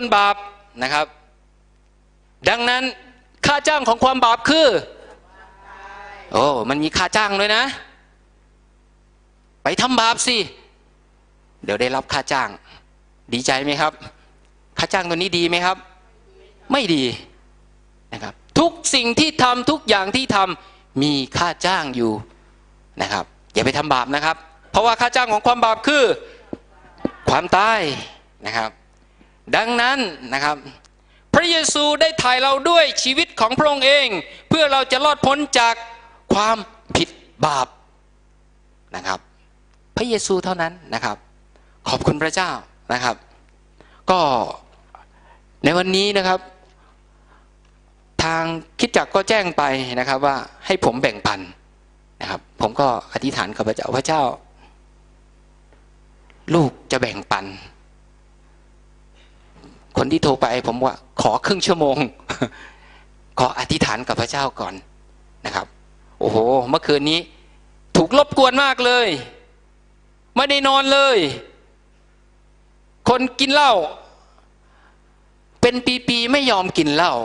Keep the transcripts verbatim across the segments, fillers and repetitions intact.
บาปนะครับดังนั้นค่าจ้างของความบาปคือโอ้มันมีค่าจ้างด้วยนะไปทำบาปสิเดี๋ยวได้รับค่าจ้างดีใจไหมครับค่าจ้างตัวนี้ดีไหมครับไม่ดีนะครับทุกสิ่งที่ทำทุกอย่างที่ทำมีค่าจ้างอยู่นะครับอย่าไปทำบาปนะครับเพราะว่าค่าจ้างของความบาปคือความตายนะครับดังนั้นนะครับพระเยซูได้ไถ่เราด้วยชีวิตของพระองค์เองเพื่อเราจะรอดพ้นจากความผิดบาปนะครับพระเยซูเท่านั้นนะครับขอบคุณพระเจ้านะครับก็ในวันนี้นะครับทางคริสตจักรก็แจ้งไปนะครับว่าให้ผมแบ่งปันนะครับผมก็อธิษฐานกับพระเจ้าพระเจ้าลูกจะแบ่งปันคนที่โทรไปผมว่าขอครึ่งชั่วโมงขออธิษฐานกับพระเจ้าก่อนนะครับโอ้โหเมื่อคืนนี้ถูกรบกวนมากเลยไม่ได้นอนเลยคนกินเหล้าเป็นปีๆไม่ยอมกินเหล้า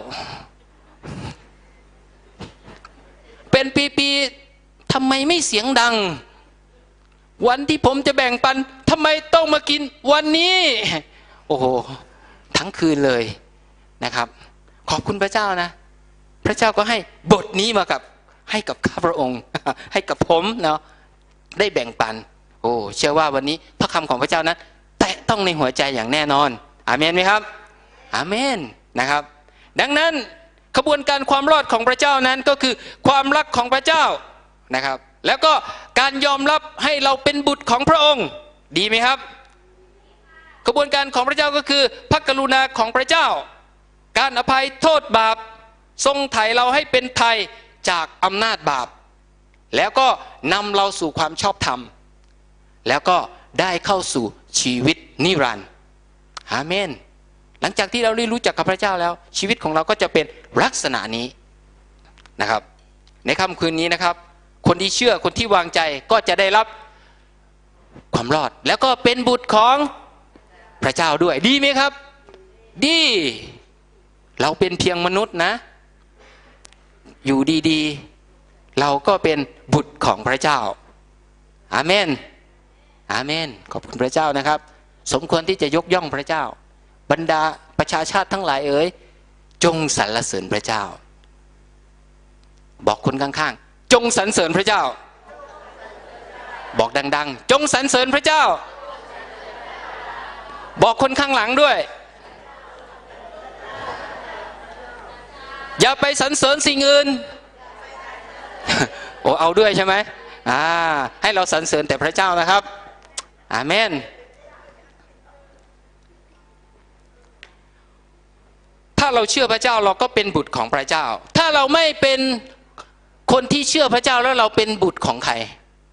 เป็นปีๆทำไมไม่เสียงดังวันที่ผมจะแบ่งปันทำไมต้องมากินวันนี้โอ้โหทั้งคืนเลยนะครับขอบคุณพระเจ้านะพระเจ้าก็ให้บทนี้มากับให้กับข้าพระองค์ให้กับผมเนาะได้แบ่งปันโอ้เชื่อว่าวันนี้พระคำของพระเจ้านั้นแตะต้องในหัวใจอย่างแน่นอนอาเมนไหมครับอาเมนนะครับดังนั้นขบวนการความรอดของพระเจ้านั้นก็คือความรักของพระเจ้านะครับแล้วก็การยอมรับให้เราเป็นบุตรของพระองค์ดีไหมครับกระบวนการของพระเจ้าก็คือพระกรุณาของพระเจ้าการอภัยโทษบาปทรงไถ่เราให้เป็นไทยจากอำนาจบาปแล้วก็นำเราสู่ความชอบธรรมแล้วก็ได้เข้าสู่ชีวิตนิรันดร์อาเมนหลังจากที่เราได้รู้จักกับพระเจ้าแล้วชีวิตของเราก็จะเป็นลักษณะนี้นะครับในค่ำคืนนี้นะครับคนที่เชื่อคนที่วางใจก็จะได้รับความรอดแล้วก็เป็นบุตรของพระเจ้าด้วยดีไหมครับดีเราเป็นเพียงมนุษย์นะอยู่ดีๆเราก็เป็นบุตรของพระเจ้าอาเมนอาเมนขอบคุณพระเจ้านะครับสมควรที่จะยกย่องพระเจ้าบรรดาประชาชาติทั้งหลายเอ๋ยจงสรรเสริญพระเจ้าบอกคนข้างๆจงสรรเสริญพระเจ้าบอกดังๆจงสรรเสริญพระเจ้าบอกคนข้างหลังด้วยอย่าไปสรรเสริญสิ่งอื่นโอ้เอาด้วยใช่ไหมอ่าให้เราสรรเสริญแต่พระเจ้านะครับอาเมนถ้าเราเชื่อพระเจ้าเราก็เป็นบุตรของพระเจ้าถ้าเราไม่เป็นคนที่เชื่อพระเจ้าแล้วเราเป็นบุตรของใคร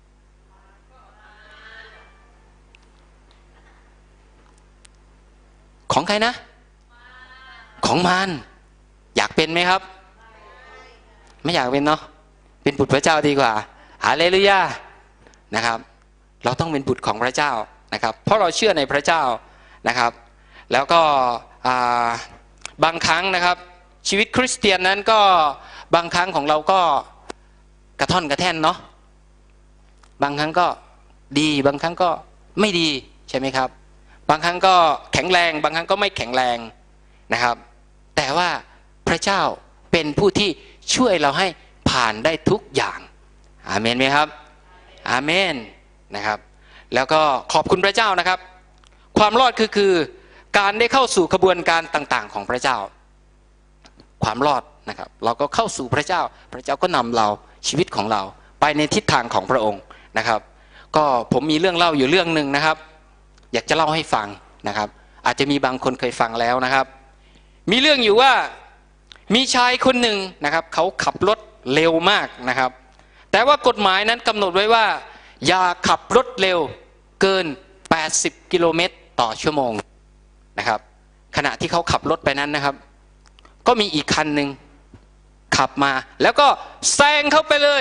ของใครนะของมารอยากเป็นไหมครับไม่อยากเป็นเนาะเป็นบุตรพระเจ้าดีกว่าฮาเลลูยานะครับเราต้องเป็นบุตรของพระเจ้านะครับเพราะเราเชื่อในพระเจ้านะครับแล้วก็บางครั้งนะครับชีวิตคริสเตียนนั้นก็บางครั้งของเราก็กระท่อนกระแท่นเนาะบางครั้งก็ดีบางครั้งก็ไม่ดีใช่ไหมครับบางครั้งก็แข็งแรงบางครั้งก็ไม่แข็งแรงนะครับแต่ว่าพระเจ้าเป็นผู้ที่ช่วยเราให้ผ่านได้ทุกอย่างอาเมนไหมครับอาเมนนะครับแล้วก็ขอบคุณพระเจ้านะครับความรอดคือคือการได้เข้าสู่กระบวนการต่างๆของพระเจ้าความรอดนะครับเราก็เข้าสู่พระเจ้าพระเจ้าก็นำเราชีวิตของเราไปในทิศทางของพระองค์นะครับก็ผมมีเรื่องเล่าอยู่เรื่องหนึ่งนะครับอยากจะเล่าให้ฟังนะครับอาจจะมีบางคนเคยฟังแล้วนะครับมีเรื่องอยู่ว่ามีชายคนหนึ่งนะครับเขาขับรถเร็วมากนะครับแต่ว่ากฎหมายนั้นกำหนดไว้ว่าอย่าขับรถเร็วเกินแปดสิบกิโลเมตรต่อชั่วโมงนะครับขณะที่เขาขับรถไปนั้นนะครับก็มีอีกคันหนึ่งขับมาแล้วก็แซงเข้าไปเลย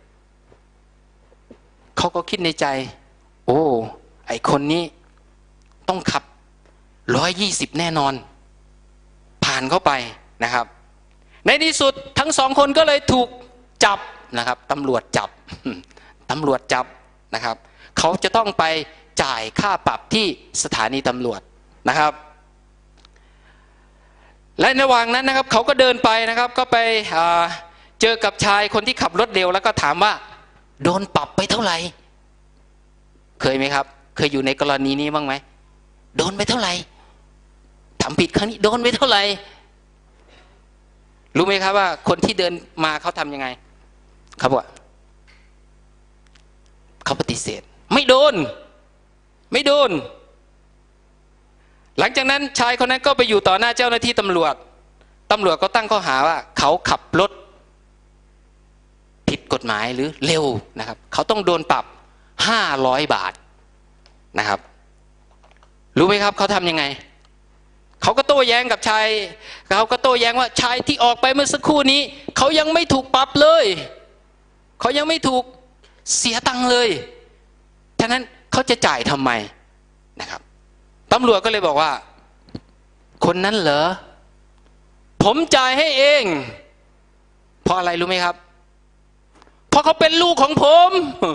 เขาก็คิดในใจโอ้ไอคนนี้ต้องขับร้อยยี่สิบแน่นอนผ่านเข้าไปนะครับในที่สุดทั้งสองคนก็เลยถูกจับนะครับตำรวจจับตำรวจจับนะครับเขาจะต้องไปจ่ายค่าปรับที่สถานีตำรวจนะครับและในระหว่างนั้นนะครับเขาก็เดินไปนะครับก็ไปเจอกับชายคนที่ขับรถเร็วแล้วก็ถามว่าโดนปรับไปเท่าไหร่เคยไหมครับเคยอยู่ในกรณีนี้บ้างไหมโดนไปเท่าไหร่ทำผิดครั้งนี้โดนไปเท่าไหร่รู้ไหมครับว่าคนที่เดินมาเขาทำยังไงเขาบอกเขาปฏิเสธไม่โดนไม่โดนหลังจากนั้นชายคนนั้นก็ไปอยู่ต่อหน้าเจ้าหน้าที่ตำรวจตำรวจก็ตั้งข้อหาว่าเขาขับรถผิดกฎหมายหรือเร็วนะครับเขาต้องโดนปรับห้าร้อยบาทนะครับรู้ไหมครับเขาทำยังไงเขาก็โต้แย้งกับชายเขาก็โต้แย้งว่าชายที่ออกไปเมื่อสักครู่นี้เขายังไม่ถูกปรับเลยเขายังไม่ถูกเสียตังค์เลยฉะนั้นเขาจะจ่ายทำไมนะครับตำรวจก็เลยบอกว่าคนนั้นเหรอผมจ่ายให้เองเพราะอะไรรู้ไหมครับเพราะเขาเป็นลูกของผม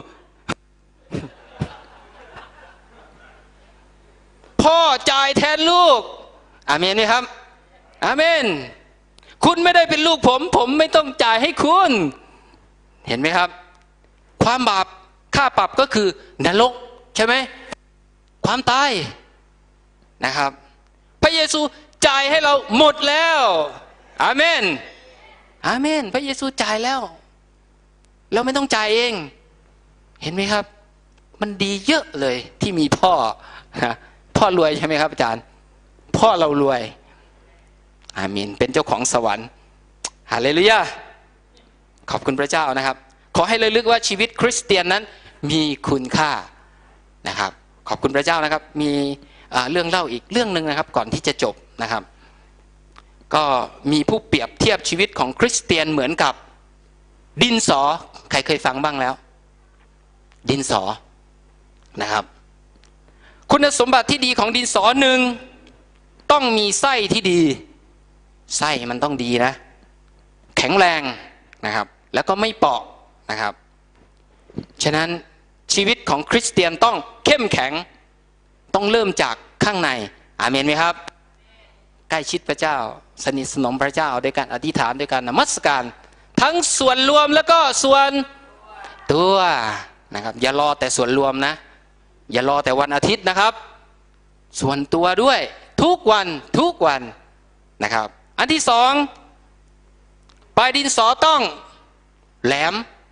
พ่อจ่ายแทนลูกอาเมนไหมครับอาเมนคุณไม่ได้เป็นลูกผมผมไม่ต้องจ่ายให้คุณเห็นไหมครับความบาปค่าปรับก็คือนรกใช่ไหมความตายนะครับพระเยซูจ่ายให้เราหมดแล้วอาเมนอาเมนพระเยซูจ่ายแล้วเราไม่ต้องจ่ายเองเห็นไหมครับมันดีเยอะเลยที่มีพ่อพ่อรวยใช่ไหมครับอาจารย์พ่อเรารวยอาเมนเป็นเจ้าของสวรรค์ฮาเลลูยาขอบคุณพระเจ้านะครับขอให้ระลึกว่าชีวิตคริสเตียนนั้นมีคุณค่านะครับขอบคุณพระเจ้านะครับมีเรื่องเล่าอีกเรื่องหนึ่งนะครับก่อนที่จะจบนะครับก็มีผู้เปรียบเทียบชีวิตของคริสเตียนเหมือนกับดินสอใครเคยฟังบ้างแล้วดินสอนะครับคุณสมบัติที่ดีของดินสอหนึ่งต้องมีไส้ที่ดีไส้มันต้องดีนะแข็งแรงนะครับแล้วก็ไม่เปราะนะครับฉะนั้นชีวิตของคริสเตียนต้องเข้มแข็งต้องเริ่มจากข้างในอาเมนไหมครับใกล้ชิดพระเจ้าสนิทสนมพระเจ้าด้วยการอธิษฐานด้วยการนมัสการทั้งส่วนรวมแล้วก็ส่วนตัวนะครับอย่ารอแต่ส่วนรวมนะอย่ารอแต่วันอาทิตย์นะครับส่วนตัวด้วยทุกวันทุกวันนะครับอันที่สองปลายดินสอต้องแหลม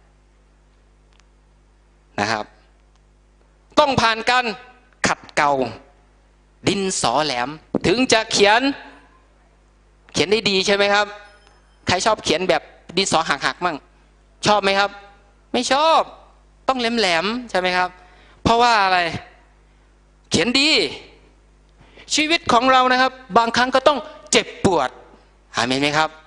นะครับต้องผ่านการขัดเกลาดินสอแหลมถึงจะเขียนเขียนได้ดีใช่ไหมครับใครชอบเขียนแบบดินสอหักๆมั่งชอบไหมครับไม่ชอบต้องแหลมๆใช่ไหมครับเพราะว่าอะไรเขียนดีชีวิตของเรานะครับบางครั้งก็ต้องเจ็บปวดหาเมนไหมครับ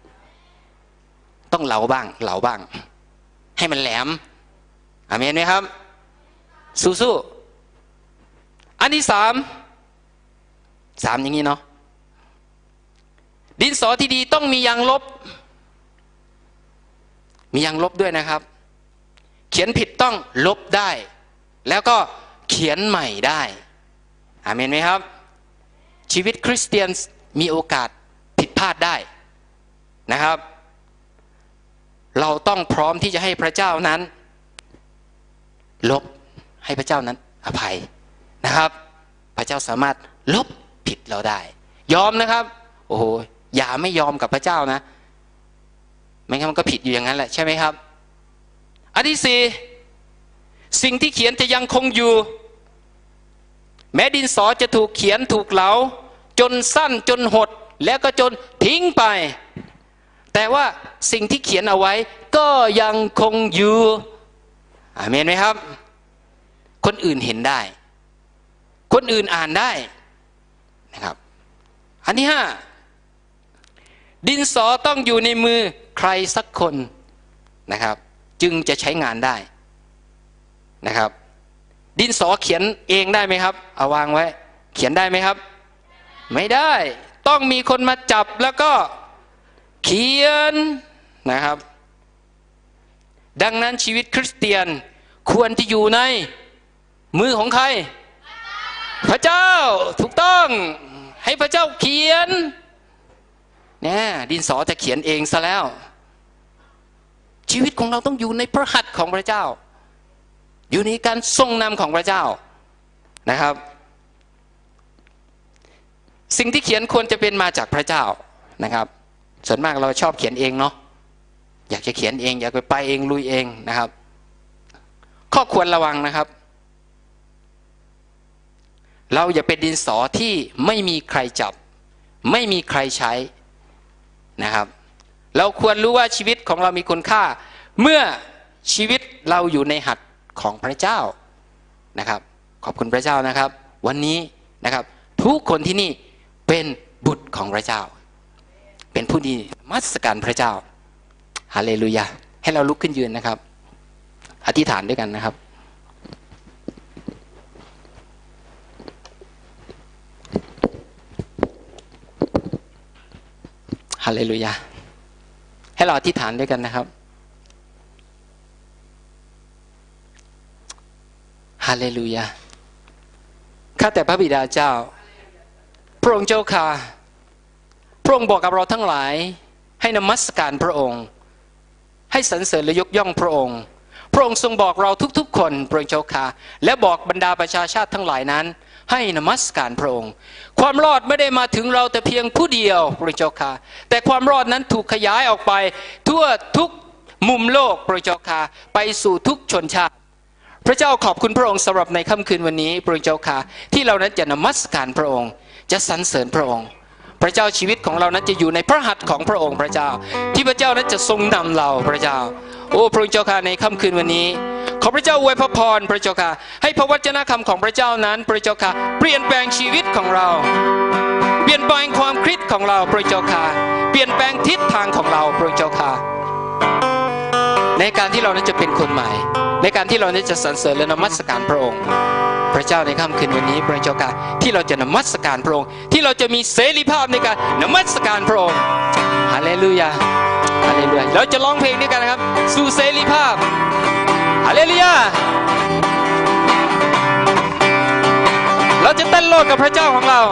ต้องเหลาบ้างเหลาบ้างให้มันแหลมอาเมนไหมครับสู้ๆอันที่สามสามอย่างนี้เนาะดินสอที่ดีต้องมียางลบมียางลบด้วยนะครับเขียนผิดต้องลบได้แล้วก็เขียนใหม่ได้อาเมนไหมครับชีวิตคริสเตียนมีโอกาสผิดพลาดได้นะครับเราต้องพร้อมที่จะให้พระเจ้านั้นลบให้พระเจ้านั้นอภัยนะครับพระเจ้าสามารถลบผิดเราได้ยอมนะครับโอ้โหอย่าไม่ยอมกับพระเจ้านะไม่งั้นมันก็ผิดอยู่อย่างนั้นแหละใช่ไหมครับอันที่สี่สิ่งที่เขียนจะยังคงอยู่แม้ดินสอจะถูกเขียนถูกเหลาจนสั้นจนหดแล้วก็จนทิ้งไปแต่ว่าสิ่งที่เขียนเอาไว้ก็ยังคงอยู่อาเมนไหมครับคนอื่นเห็นได้คนอื่นอ่านได้นะครับอันที่ห้าดินสอต้องอยู่ในมือใครสักคนนะครับจึงจะใช้งานได้นะครับดิ ดินสอเขียนเองได้ไหมครับเอาวางไว้เขียนได้ไหมครับไม่ได้ต้องมีคนมาจับแล้วก็เขียนนะครับดังนั้นชีวิตคริสเตียนควรที่อยู่ในมือของใครพระเจ้าถูกต้องให้พระเจ้าเขียนเนี่ยดินสอจะเขียนเองซะแล้วชีวิตของเราต้องอยู่ในพระหัตถ์ของพระเจ้าอยู่ในการทรงนำของพระเจ้านะครับสิ่งที่เขียนควรจะเป็นมาจากพระเจ้านะครับส่วนมากเราชอบเขียนเองเนาะอยากจะเขียนเองอยากไปไปเองลุยเองนะครับข้อควรระวังนะครับเราอย่าเป็นดินสอที่ไม่มีใครจับไม่มีใครใช้นะครับเราควรรู้ว่าชีวิตของเรามีคุณค่าเมื่อชีวิตเราอยู่ในหัตถ์ของพระเจ้านะครับขอบคุณพระเจ้านะครับวันนี้นะครับทุกคนที่นี่เป็นบุตรของพระเจ้าเป็นผู้ดีนมัสการพระเจ้าฮาเลลูยาให้เราลุกขึ้นยืนนะครับอธิษฐานด้วยกันนะครับฮาเลลูยาให้เราอธิษฐานด้วยกันนะครับฮาเลลูยาข้าแต่พระบิดาเจ้าพระองค์เจ้าค่ะพระองค์บอกกับเราทั้งหลายให้นมัสการพระองค์ให้สรรเสริญและยกย่องพระองค์พระองค์ทรงบอกเราทุกๆคนพระองค์เจ้าค่ะและบอกบรรดาประชาชาติทั้งหลายนั้นให้นมัสการพระองค์ความรอดไม่ได้มาถึงเราแต่เพียงผู้เดียวพระองค์เจ้าค่ะแต่ความรอดนั้นถูกขยายออกไปทั่วทุกมุมโลกพระองค์เจ้าค่ะไปสู่ทุกชนชาติพระเจ้าขอบคุณพระองค์สำหรับในค่ำคืนวันนี้พระองค์เจ้าค่ะที่เรานั้นจะนมัสการพระองค์จะสรรเสริญพระองค์พระเจ้าชีวิตของเรานั้นจะอยู่ในพระหัตถ์ของพระองค์พระเจ้าที่พระเจ้านั้นจะทรงนำเราพระเจ้าโอ้พระองค์เจ้าค่ะในค่ำคืนวันนี้ขอพระเจ้าอวยพระพรพระเจ้าค่ะให้พระวจนะคำของพระเจ้านั้นพระเจ้าค่ะเปลี่ยนแปลงชีวิตของเราเปลี่ยนแปลงความคิดของเราพระเจ้าค่ะเปลี่ยนแปลงทิศทางของเราพระเจ้าค่ะในการที่เรานั้นจะเป็นคนใหม่ในการที่เรานั้นจะสรรเสริญและนมัสการพระองค์พระเจ้าในค่ำคืนวันนี้พระเจ้าค่ะที่เราจะนมัสการพระองค์ที่เราจะมีเสรีภาพในการนมัสการพระองค์ฮาเลลูยาฮาเลลูยาเราจะร้องเพลงด้วยกันนะครับสู่เสรีภาพฮาเลลูยาเราจะเต้นโลดกับพระเจ้าของเรา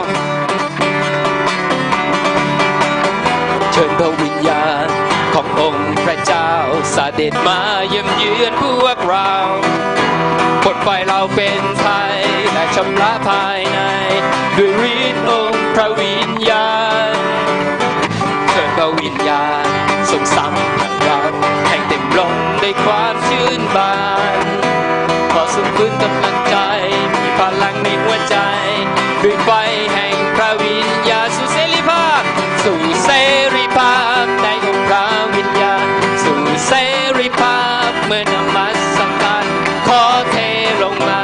เชิญพระวิญญาณขององค์พระเจ้าเสด็จมาเยี่ยมเยือนพวกเราปลดปล่อยเราเป็นไทยและชำระภายในด้วยฤทธิ์องค์พระวิญญาณเชิญพระวิญญาณทรงสัมผัสเราให้เต็มล้นด้วยความชื่นบานขอส่งคืนกำลังใจมีพลังในหัวใจด้วยไฟแห่งพระวิญญาณสู่เสรีภาพสู่เสรีภาพในองค์พระวิญญาณสู่เสรีภาพเมื่อนมัสการขอเทลงมา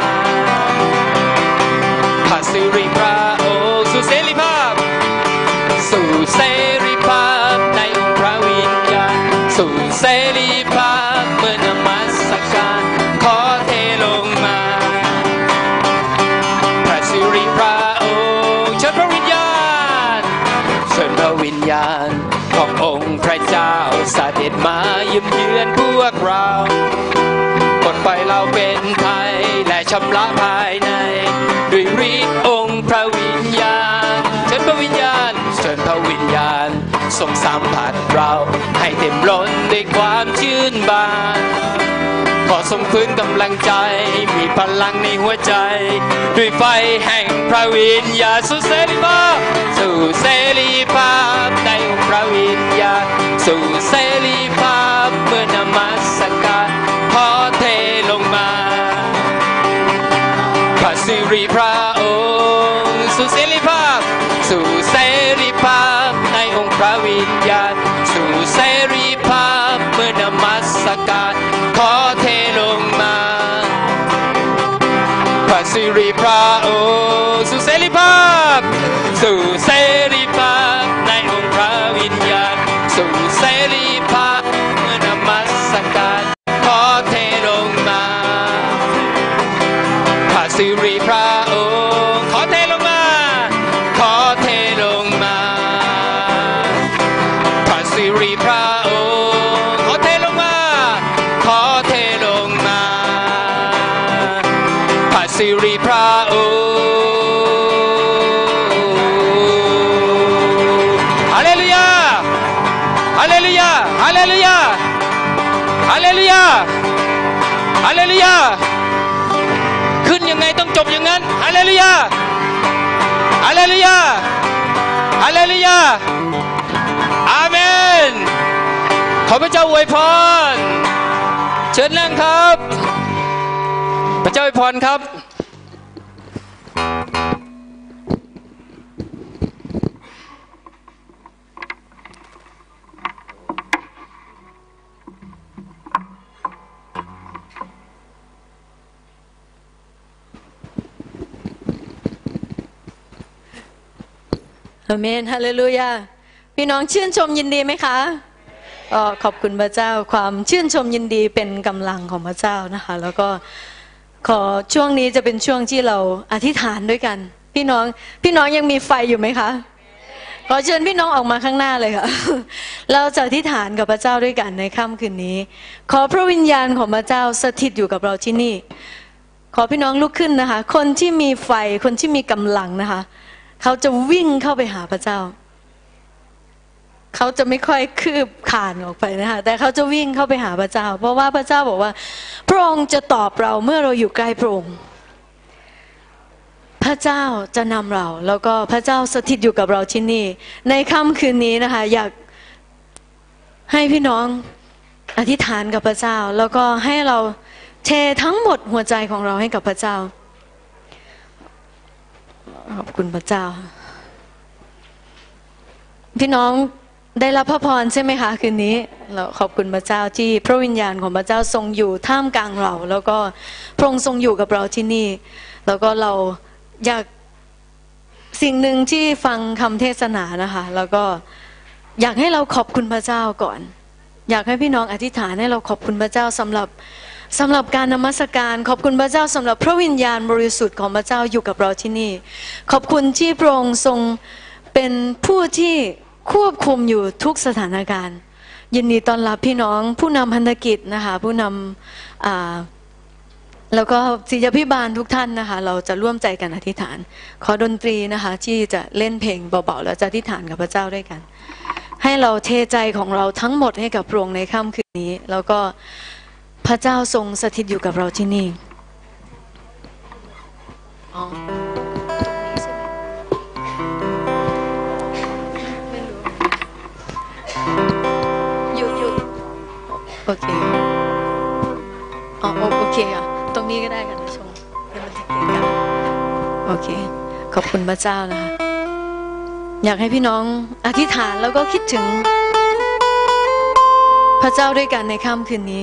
ผ่านสิริพระองค์สู่เสรีภาพสู่เสรีภาพในองค์พระวิญญาณสู่เสรีภาพเมื่อนมัสการขอเทลงมาพระสิริพระองค์เชิญพระวิญญาณเชิญพระวิญญาณขององค์พระเจ้าเสด็จมาเยี่ยมเยือนพวกเราปลดปล่อยเราเป็นไทยและชำระภายในด้วยฤทธิ์องค์พระวิญญาณเชิญพระวิญญาณเชิญพระวิญญาณทรงสัมผัสเราให้เต็มล้นด้วยความชื่นบานขอทรงฟื้นกำลังใจมีพลังในหัวใจด้วยไฟแห่งพระวิญญาณสู่เสรีภาพสู่เสรีภาพในองค์พระวิญญาณสู่เสรีภาพเมื่อนมัสการขอเทลงมาพระสิริพระองค์สู่เสรีภาพสู่เสรีภาพในองค์พระวิญญาณสู่เสรีภาพเมื่อนมัสการขอเทลงมาพระสิริพระองค์สู่เสรีภาพสู่เสรีภาพในองค์พระวิญญาณสู่เสรีภาพเมื่อนมัสการขอเทลงมาพระสิริพระองค์ขอเทลงมาขอเทลงมาฮาเลลูยาฮาเลลูยาฮาเลลูยาขึ้นยังไงต้องจบอย่างนั้นฮาเลลูยาฮาเลลูยาฮาเลลูยาอาเมนขอพระเจ้าอวยพรเชิญนั่งครับพระเจ้าอวยพรครับอาเมนฮาเลลูยาพี่น้องชื่นชมยินดีไหมคะก็ขอบคุณพระเจ้าความชื่นชมยินดีเป็นกำลังของพระเจ้านะคะแล้วก็ขอช่วงนี้จะเป็นช่วงที่เราอธิษฐานด้วยกันพี่น้องพี่น้องยังมีไฟอยู่ไหมคะขอเชิญพี่น้องออกมาข้างหน้าเลยค่ะเราจะอธิษฐานกับพระเจ้าด้วยกันในค่ำคืนนี้ขอพระวิญญาณของพระเจ้าสถิตอยู่กับเราที่นี่ขอพี่น้องลุกขึ้นนะคะคนที่มีไฟคนที่มีกำลังนะคะเขาจะวิ่งเข้าไปหาพระเจ้าเขาจะไม่ค่อยคืบคลานออกไปนะคะแต่เขาจะวิ่งเข้าไปหาพระเจ้าเพราะว่าพระเจ้าบอกว่าพระองค์จะตอบเราเมื่อเราอยู่ใกล้พระองค์พระเจ้าจะนำเราแล้วก็พระเจ้าสถิตอยู่กับเราที่นี่ในค่ำคืนนี้นะคะอยากให้พี่น้องอธิษฐานกับพระเจ้าแล้วก็ให้เราเททั้งหมดหัวใจของเราให้กับพระเจ้าขอบคุณพระเจ้าพี่น้องได้รับพระพรใช่ไหมคะคืนนี้เราขอบคุณพระเจ้าที่พระวิญญาณของพระเจ้าทรงอยู่ท่ามกลางเราแล้วก็พระองค์ทรงอยู่กับเราที่นี่แล้วก็เราอยากสิ่งหนึ่งที่ฟังคำเทศนานะคะแล้วก็อยากให้เราขอบคุณพระเจ้าก่อนอยากให้พี่น้องอธิษฐานให้เราขอบคุณพระเจ้าสำหรับสำหรับการนมัสการขอบคุณพระเจ้าสำหรับพระวิญญาณบริสุทธิ์ของพระเจ้าอยู่กับเราที่นี่ขอบคุณที่พระองค์ทรงเป็นผู้ที่ควบคุมอยู่ทุกสถานการณ์ยินดีต้อนรับพี่น้องผู้นำพันธกิจนะคะผู้นำแล้วก็ศิษยาภิบาลทุกท่านนะคะเราจะร่วมใจกันอธิษฐานขอดนตรีนะคะที่จะเล่นเพลงเบาๆแล้วจะอธิษฐานกับพระเจ้าด้วยกันให้เราเทใจของเราทั้งหมดให้กับพระองค์ในค่ำคืนนี้แล้วก็พระเจ้าทรงสถิตอยู่กับเราที่นี่อ๋ออยู่อยู่โอเคอ๋อโอเคอ่ะตรงนี้ก็ได้กันนะชมเดี๋ยวมันจะเกี่ยวกันโอเคขอบคุณพระเจ้านะคะอยากให้พี่น้องอธิษฐานแล้วก็คิดถึงพระเจ้าด้วยกันในค่ำคืนนี้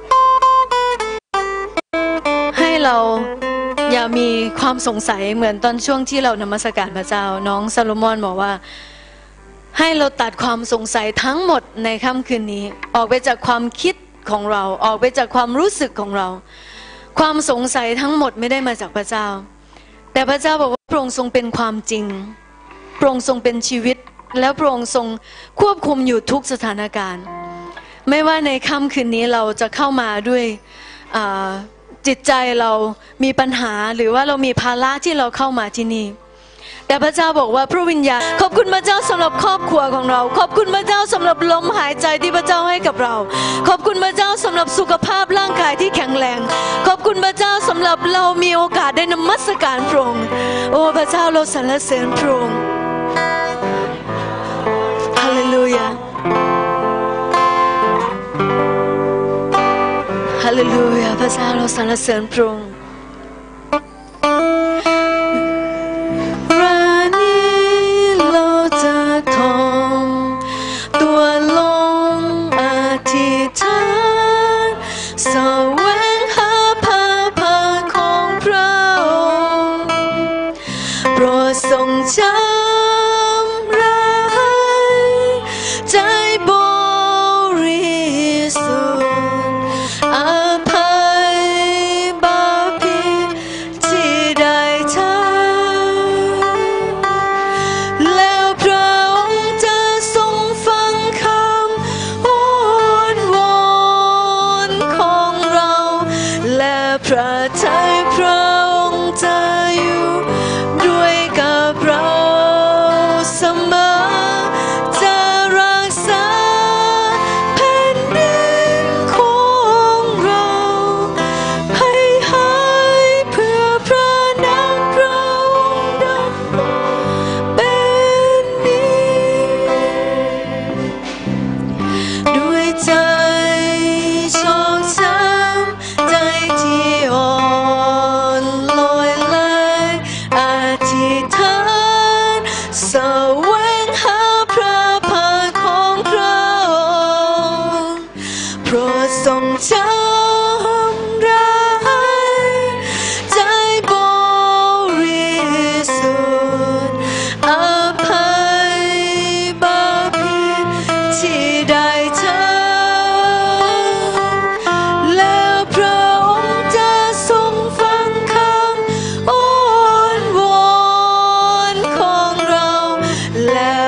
ให้เราอย่ามีความสงสัยเหมือนตอนช่วงที่เรานมัสการพระเจ้าน้องซาโลมอนบอกว่าให้เราตัดความสงสัยทั้งหมดในค่ำคืนนี้ออกไปจากความคิดของเราออกไปจากความรู้สึกของเราความสงสัยทั้งหมดไม่ได้มาจากพระเจ้าแต่พระเจ้าบอกว่าพระองค์ทรงเป็นความจริงพระองค์ทรงเป็นชีวิตแล้วพระองค์ทรงควบคุมอยู่ทุกสถานการณ์ไม่ว่าในค่ำคืนนี้เราจะเข้ามาด้วยจิตใจเรามีปัญหาหรือว่าเรามีภาระที่เราเข้ามาที่นี่แต่พระเจ้าบอกว่าพระวิญญาณขอบคุณพระเจ้าสำหรับครอบครัวของเราขอบคุณพระเจ้าสำหรับลมหายใจที่พระเจ้าให้กับเราขอบคุณพระเจ้าสำหรับสุขภาพร่างกายที่แข็งแรงขอบคุณพระเจ้าสำหรับเรามีโอกาสได้นมัสการพระองค์โอ้พระเจ้าเราสรรเสริญพระองค์ฮาเลลูยาฮาเลลูยาพระเจ้าเราสรรเสริญพระองค์จำร้ายใจบริสุทธิ์อภัยบาป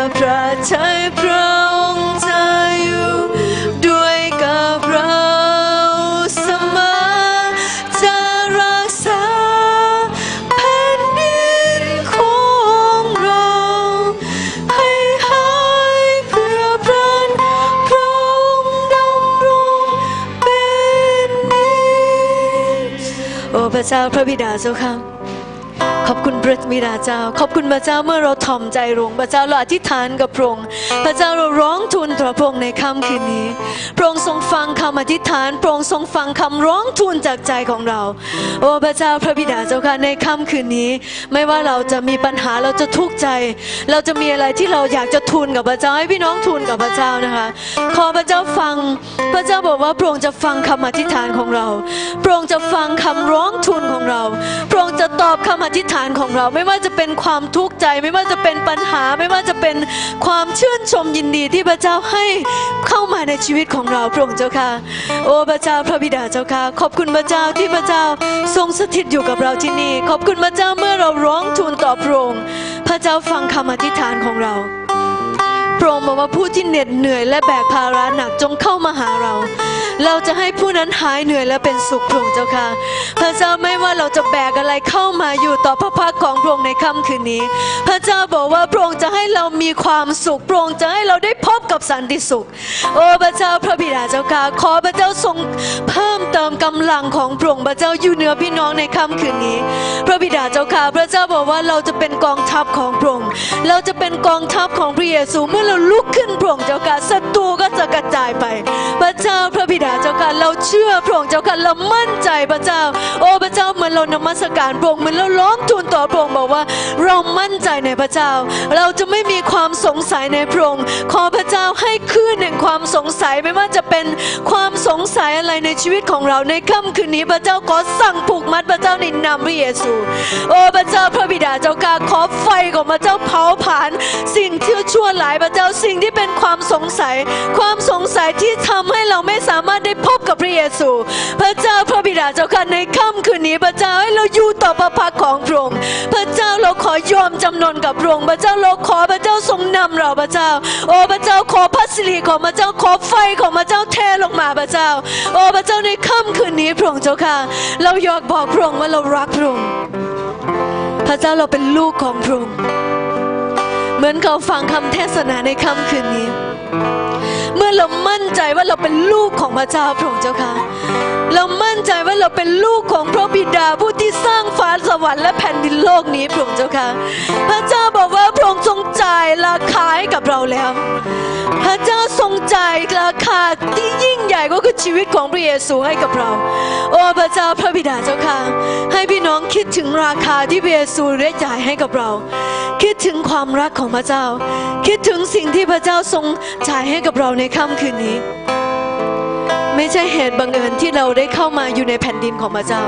พระทัยพระองค์จะอยู่ด้วยกับเราเสมอจะรักษาแผ่นดินของเราให้หายเพื่อพระพระองค์ดำรงเป็นนิจโอ้พระเจ้าพระบิดาเจ้าค่ะขอบคุณพระบิดาเจ้าขอบคุณพระเจ้าเมื่อเราถ่อมใจลงพระเจ้าเราอธิษฐานกับพระองค์พระเจ้าเราร้องทูลต่อพระองค์ในค่ำคืนนี้พระองค์ทรงฟังคำอธิษฐานพระองค์ทรงฟังคำร้องทูลจากใจของเราโอ้พระเจ้าพระบิดาเจ้าค่ะในค่ำคืนนี้ไม่ว่าเราจะมีปัญหาเราจะทุกข์ใจเราจะมีอะไรที่เราอยากจะทูลกับพระเจ้าให้พี่น้องทูลกับพระเจ้านะคะขอพระเจ้าฟังพระเจ้าบอกว่าพระองค์จะฟังคำอธิษฐานของเราพระองค์จะฟังคำร้องทูลของเราพระองค์จะตอบคำอธิษฐานของเราไม่ว่าจะเป็นความทุกข์ใจไม่ว่าจะเป็นปัญหาไม่ว่าจะเป็นความชื่นชมยินดีที่พระเจ้าให้เข้ามาในชีวิตของเราพระองค์เจ้าค่ะโอ้พระเจ้าพระบิดาเจ้าค่ะขอบคุณพระเจ้าที่พระเจ้าทรงสถิตอยู่กับเราที่นี่ขอบคุณพระเจ้าเมื่อเราร้องทูลต่อพระองค์พระเจ้าฟังคำอธิษฐานของเราพระองค์บอกว่าผู้ที่เหน็ดเหนื่อยและแบกภาระหนักจงเข้ามาหาเราเราจะให้ผู้นั้นหายเหนื่อยและเป็นสุขพระองค์เจ้าค่ะพระเจ้าไม่ว่าเราจะแบกอะไรเข้ามาอยู่ต่อพระพักของพระองค์ในค่ำคืนนี้พระเจ้าบอกว่าพระองค์จะให้เรามีความสุขพระองค์จะให้เราได้พบกับสันติสุขโอ้พระเจ้าพระบิดาเจ้าค่ะขอพระเจ้าทรงเพิ่มเติมกำลังของพระองค์พระเจ้าอยู่เหนือพี่น้องในค่ำคืนนี้พระบิดาเจ้าค่ะพระเจ้าบอกว่าเราจะเป็นกองทัพของพระองค์เราจะเป็นกองทัพของพระเยซูเมื่อเราลุกขึ้นพระองค์เจ้าค่ะศัตรูก็จะกระจายไปพระเจ้าพระบิดาเจ้าค่ะเราเชื่อพระองค์เจ้าค่ะเรามั่นใจพระเจ้าโอ้พระเจ้าเหมือนเรานมัสการพระองค์เหมือนเราร้องทูลต่อพระองค์บอกว่าเรามั่นใจในพระเจ้าเราจะไม่มีความสงสัยในพระองค์ขอพระเจ้าให้คลื่นแห่งความสงสัยไม่ว่าจะเป็นความสงสัยอะไรในชีวิตของเราในค่ำคืนนี้พระเจ้าขอสั่งผูกมัดพระเจ้าในนามพระเยซูโอ้พระเจ้าพระบิดาเจ้าค่ะขอไฟของพระเจ้าเผาผลาญสิ่งที่ชั่วร้ายพระเจ้าสิ่งที่เป็นความสงสัยความสงสัยที่ทำให้เราไม่สามารถได้พบกับพระเยซูพระเจ้าพระบิดาเจ้าค่ะในค่ำคืนนี้พระเจ้าให้เราอยู่ต่อพระพักของพระองค์พระเจ้าเราขอยอมจำนนกับพระองค์พระเจ้าเราขอพระเจ้าทรงนำเราพระเจ้าโอ้พระเจ้าขอพระสิริของพระเจ้าขอไฟของพระเจ้าเทลงมาพระเจ้าโอ้พระเจ้าในค่ำคืนนี้พระองค์เจ้าค่ะเราอยากบอกพระองค์ว่าเรารักพระองค์พระเจ้าเราเป็นลูกของพระองค์เหมือนเขาฟังคำเทศนาในค่ำคืนนี้เมื่อเรามั่นใจว่าเราเป็นลูกของพระเจ้าพระองค์เจ้าค่ะเรามั่นใจว่าเราเป็นลูกของพระบิดาผู้ที่สร้างฟ้าสวรรค์และแผ่นดินโลกนี้พระองค์เจ้าค่ะพระเจ้าบอกว่าพระองค์ทรงจ่ายราคาให้กับเราแล้วพระเจ้าทรงจ่ายราคาที่ยิ่งใหญ่ก็คือชีวิตของพระเยซูให้กับเราโอ้พระเจ้าพระบิดาเจ้าค่ะให้พี่น้องคิดถึงราคาที่พระเยซูได้จ่ายให้กับเราคิดถึงความรักของพระเจ้าคิดถึงสิ่งที่พระเจ้าทรงจ่ายให้กับเราในค่ำคืนนี้ไม่ใช่เหตุบังเอิญที่เราได้เข้ามาอยู่ในแผ่นดินของพระเจ้า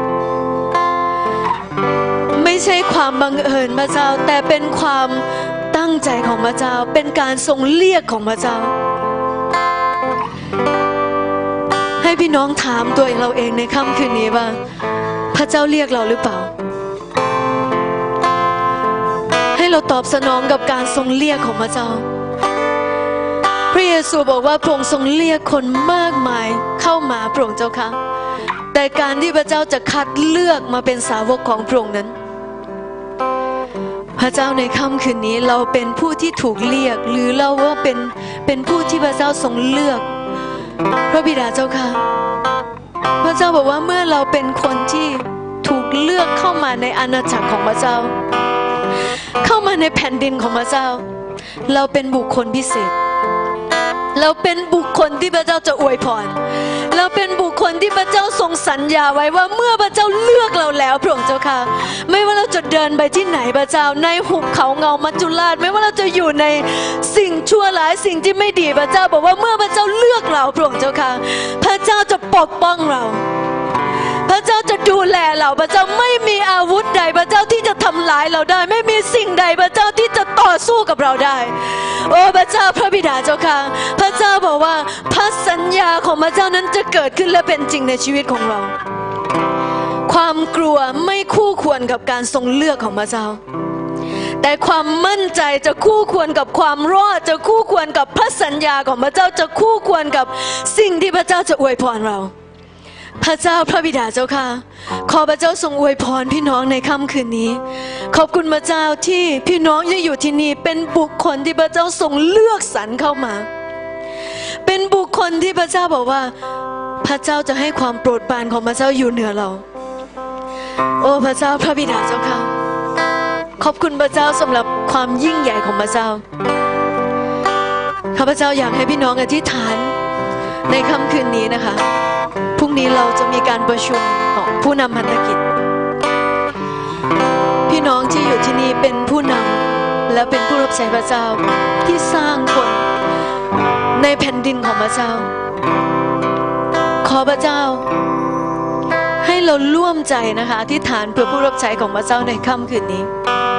ไม่ใช่ความบังเอิญพระเจ้าแต่เป็นความตั้งใจของพระเจ้าเป็นการทรงเรียกของพระเจ้าให้พี่น้องถามตัวเราเองในค่ำคืนนี้ว่าพระเจ้าเรียกเราหรือเปล่าให้เราตอบสนองกับการทรงเรียกของพระเจ้าพระเยซูบอกว่าพระองค์ทรงเรียกคนมากมายเข้ามาพระองค์เจ้าค่ะแต่การที่พระเจ้าจะคัดเลือกมาเป็นสาวกของพระองค์นั้นพระเจ้าในค่ำคืนนี้เราเป็นผู้ที่ถูกเรียกหรือเราว่าเป็นเป็นผู้ที่พระเจ้าทรงเลือกพระบิดาเจ้าค่ะพระเจ้าบอกว่าเมื่อเราเป็นคนที่ถูกเลือกเข้ามาในอาณาจักรของพระเจ้าเข้ามาในแผ่นดินของพระเจ้าเราเป็นบุคคลพิเศษเราเป็นบุคคลที่พระเจ้าจะอวยพรเราเป็นบุคคลที่พระเจ้าทรงสัญญาไว้ว่าเมื่อพระเจ้าเลือกเราแล้วพระองค์เจ้าค่ะไม่ว่าเราจะเดินไปที่ไหนพระเจ้าในหุบเขาเงามัจจุราชไม่ว่าเราจะอยู่ในสิ่งชั่วร้ายสิ่งที่ไม่ดีพระเจ้าบอกว่าเมื่อพระเจ้าเลือกเราพระองค์เจ้าค่ะพระเจ้าจะปกป้องเราพระเจ้าจะดูแลเราพระเจ้าไม่มีอาวุธใดพระเจ้าที่จะทำลายเราได้ไม่มีสิ่งใดพระเจ้าที่จะต่อสู้กับเราได้โอ้พระเจ้าพระบิดาเจ้าค่ะพระเจ้าบอกว่าพระสัญญาของพระเจ้านั้นจะเกิดขึ้นและเป็นจริงในชีวิตของเราความกลัวไม่คู่ควรกับการทรงเลือกของพระเจ้าแต่ความมั่นใจจะคู่ควรกับความรอดจะคู่ควรกับพระสัญญาของพระเจ้าจะคู่ควรกับสิ่งที่พระเจ้าจะอวยพรเราพระเจ้าพระบิดาเจ้าค่ะขอพระเจ้าทรงอวยพรพี่น้องในค่ำคืนนี้ขอบคุณพระเจ้าที่พี่น้องยังอยู่ที่นี่เป็นบุคคลที่พระเจ้าทรงเลือกสรรเข้ามาเป็นบุคคลที่พระเจ้าบอกว่าพระเจ้าจะให้ความโปรดปรานของพระเจ้าอยู่เหนือเราโอ้พระเจ้าพระบิดาเจ้าค่ะขอบคุณพระเจ้าสำหรับความยิ่งใหญ่ของพระเจ้าข้าพเจ้าอยากให้พี่น้องอธิษฐานในค่ำคืนนี้นะคะพรุ่งนี้เราจะมีการประชุมของผู้นำพันธกิจพี่น้องที่อยู่ที่นี่เป็นผู้นำและเป็นผู้รับใช้พระเจ้าที่สร้างคนในแผ่นดินของพระเจ้าขอพระเจ้าให้เราร่วมใจนะคะอธิษฐานเพื่อผู้รับใช้ของพระเจ้าในค่ำคืนนี้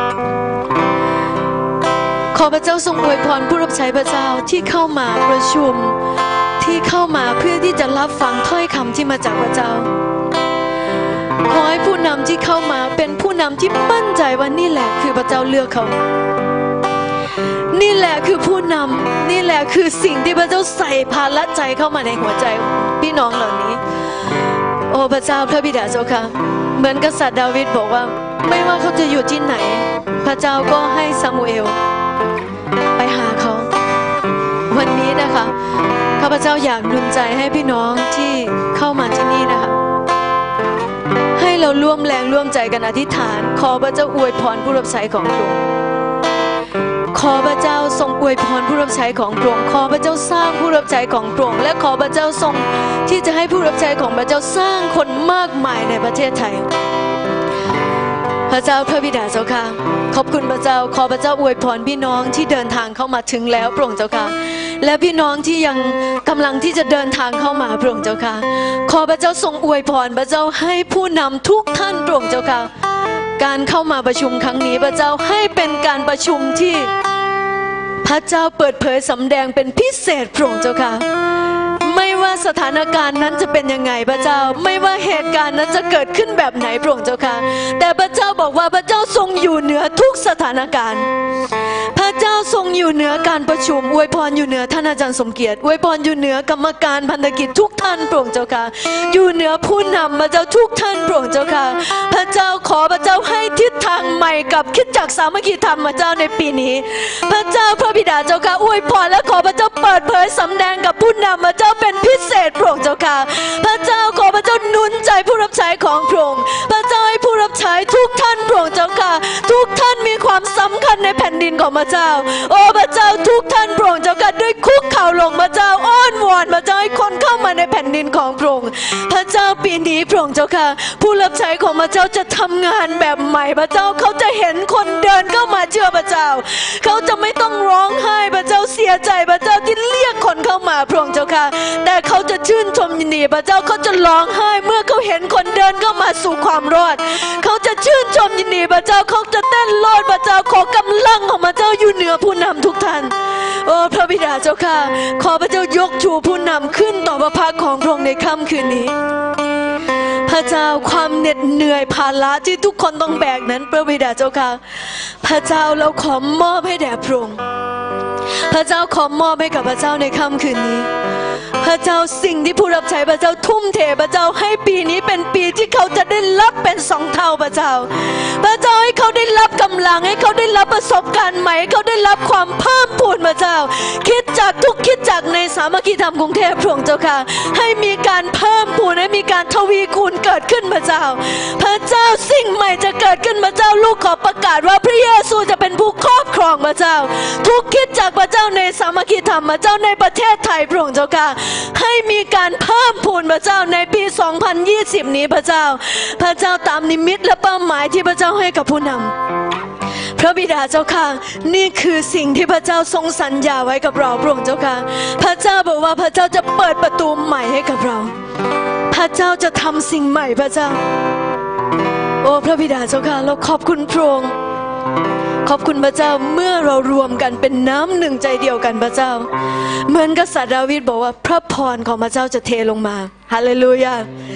ขอพระเจ้าทรงอวยพรผู้รับใช้พระเจ้าที่เข้ามาประชุมที่เข้ามาเพื่อที่จะรับฟังถ้อยคำที่มาจากพระเจ้าขอให้ผู้นำที่เข้ามาเป็นผู้นำที่มั่นใจว่านี่แหละคือพระเจ้าเลือกเขานี่แหละคือผู้นำนี่แหละคือสิ่งที่พระเจ้าใส่ภาระใจเข้ามาในหัวใจพี่น้องเหล่านี้โอ้พระเจ้าพระบิดาเจ้าค่ะเหมือนกษัตริย์ดาวิดบอกว่าไม่ว่าเขาจะอยู่ที่ไหนพระเจ้าก็ให้ซามูเอลไปหาเขาวันนี้นะคะข้าพเจ้าอยากหนุนใจให้พี่น้องที่เข้ามาที่นี่นะคะให้เราร่วมแรงร่วมใจกันอธิษฐานขอพระเจ้าอวยพรผู้รับใช้ของพระองค์ขอพระเจ้าทรงอวยพรผู้รับใช้ของพระองค์ขอพระเจ้าสร้างผู้รับใช้ของพระองค์และขอพระเจ้าทรงที่จะให้ผู้รับใช้ของพระเจ้าสร้างคนมากมายในประเทศไทยพระเจ้าพระบิดาเจ้าค่ะขอบคุณพระเจ้าขอพระเจ้าอวยพรพี่น้องที่เดินทางเข้ามาถึงแล้วพระองค์เจ้าค่ะและพี่น้องที่ยังกำลังที่จะเดินทางเข้ามาพระองค์เจ้าค่ะขอพระเจ้าทรงอวยพรพระเจ้าให้ผู้นำทุกท่านพระองค์เจ้าค่ะการเข้ามาประชุมครั้งนี้พระเจ้าให้เป็นการประชุมที่พระเจ้าเปิดเผยสำแดงเป็นพิเศษพระองค์เจ้าค่ะไม่ว่าสถานการณ์นั้นจะเป็นยังไงพระเจ้าไม่ว่าเหตุการณ์นั้นจะเกิดขึ้นแบบไหนพระองค์เจ้าค่ะแต่พระเจ้าบอกว่าพระเจ้าทรงอยู่เหนือทุกสถานการณ์พระเจ้าทรงอยู่เหนือการประชุมอวยพรอยู่เหนือท่านอาจารย์สมเกียรติอวยพรอยู่เหนือกรรมการพันธกิจทุกท่านพระองค์เจ้าค่ะอยู่เหนือผู้นำพระเจ้าทุกท่านพระองค์เจ้าค่ะพระเจ้าขอพระเจ้าให้ทิศทางใหม่กับคริสตจักรสามัคคีธรรมพระเจ้าในปีนี้พระเจ้าพระบิดาเจ้าค่ะอวยพรและขอพระเจ้าเปิดเผยสำแดงกับผู้นำพระเจ้าเป็นพิเศษพระองค์เจ้าค่ะพระเจ้าขอพระเจ้าหนุนใจผู้รับใช้ของพระองค์พระเจ้าให้ผู้รับใช้ทุกท่านพระองค์เจ้าค่ะทุกท่านมีความสำคัญในแผ่นดินของพระเจ้าโอ้พระเจ้าทุกท่านพระองค์เจ้าค่ะด้วยคุกเข่าลงพระเจ้าอ้อนวอนพระเจ้าให้คนเข้ามาในแผ่นดินของพระองค์พระเจ้าปีนี้พระองค์เจ้าค่ะผู้รับใช้ของพระเจ้าจะทำงานแบบใหม่พระเจ้าเขาจะเห็นคนเดินเข้ามาเชื่อพระเจ้าเขาจะไม่ต้องร้องไห้พระเจ้าเสียใจพระเจ้าที่เรียกคนเข้ามาพระองค์เจ้าค่ะแต่เขาจะชื่นชมยินดีพระเจ้าเขาจะร้องไห้เมื่อเขาเห็นคนเดินเข้ามาสู่ความรอดเขาจะชื่นชมยินดีพระเจ้าเขาจะเต้นโลดพระเจ้าขอกำลังของพระเจ้าอยู่เหนือผู้นำทุกท่านโอ้พระบิดาเจ้าค่ะขอพระเจ้ายกชูผู้นำขึ้นต่อพระพักของพระองค์ในค่ำคืนนี้พระเจ้าความเหน็ดเหนื่อยภาระที่ทุกคนต้องแบกนั้นพระบิดาเจ้าค่ะพระเจ้าเราขอมอบให้แด่พระองค์พระเจ้าขอมอบให้กับพระเจ้าในค่ำคืนนี้พระเจ้าสิ่งที่ผู้รับใช้พระเจ้าทุ่มเทพระเจ้าให้ปีนี้เป็นปีที่เขาจะได้รับเป็นสองเท่าพระเจ้าพระเจ้าให้เขาได้รับกำลังให้เขาได้รับประสบการณ์ใหม่ให้เขาได้รับความเพิ่มพูนพระเจ้าคิดจากทุกคิดจากในสามัคคีธรรมกรุงเทพพระองค์เจ้าค่ะให้มีการเพิ่มพูนให้มีการทวีคูณเกิดขึ้นพระเจ้าพระเจ้าสิ่งใหม่จะเกิดขึ้นพระเจ้าลูกขอประกาศว่าพระเยซูจะเป็นผู้ครอบครองพระเจ้าทุกคิดจากพระเจ้าในสามัคคีธรรมพระเจ้าในประเทศไทยพระองค์เจ้าค่ะให้มีการเพิ่มพูนพระเจ้าในปีสองพันยี่สิบนี้พระเจ้าพระเจ้าตามนิมิตและเป้าหมายที่พระเจ้าให้กับผู้นำพระบิดาเจ้าค่ะนี่คือสิ่งที่พระเจ้าทรงสัญญาไว้กับเราพระองค์เจ้าค่ะพระเจ้าบอกว่าพระเจ้าจะเปิดประตูใหม่ให้กับเราพระเจ้าจะทำสิ่งใหม่พระเจ้าโอ้พระบิดาเจ้าค่ะเราขอบคุณพระองค์ขอบคุณพระเจ้าเมื่อเรารวมกันเป็นน้ำหนึ่งใจเดียวกันพระเจ้าเหมือนกษัตริย์ดาวิดบอกว่าพระพรของพระเจ้าจะเทลงมาฮาเลลูยาพระ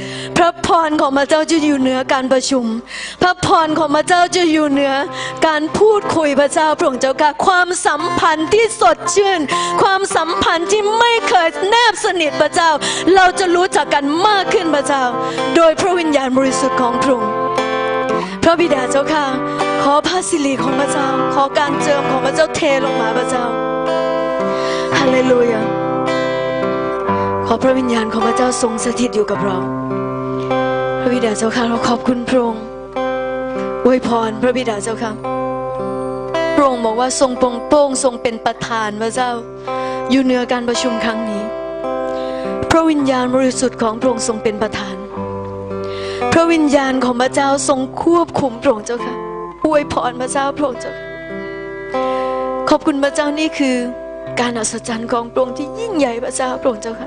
ระพรของพระเจ้าจะอยู่เหนือการประชุมพระพรของพระเจ้าจะอยู่เหนือการพูดคุยพระเจ้าพระองค์เจ้าค่ะความสัมพันธ์ที่สดชื่นความสัมพันธ์ที่ไม่เคยแนบสนิทพระเจ้าเราจะรู้จักกันมากขึ้นพระเจ้าโดยพระวิญญาณบริสุทธิ์ของพระองค์พระบิดาเจ้าค่ะขอพระสิริของพระเจ้าขอการเจิมของพระเจ้าเทลงมาพระเจ้าฮาเลลูยาขอพระวิญญาณของพระเจ้าทรงสถิตอยู่กับเราพระบิดาเจ้าค่ะเราขอบคุณพระองค์อวยพรพระบิดาเจ้าค่ะพระองค์บอกว่าทรงปกป้องทรงเป็นประธานพระเจ้าอยู่เหนือการประชุมครั้งนี้พระวิญญาณบริสุทธิ์ของพระองค์ทรงเป็นประธานพระวิญญาณของพระเจ้าทรงควบคุมพระองค์เจ้าค่ะอวยพรพระเจ้าพระองค์เจ้าค่ะขอบคุณพระเจ้านี่คือการอัศจรรย์ของพระองค์ที่ยิ่งใหญ่พระเจ้าพระองค์เจ้าค่ะ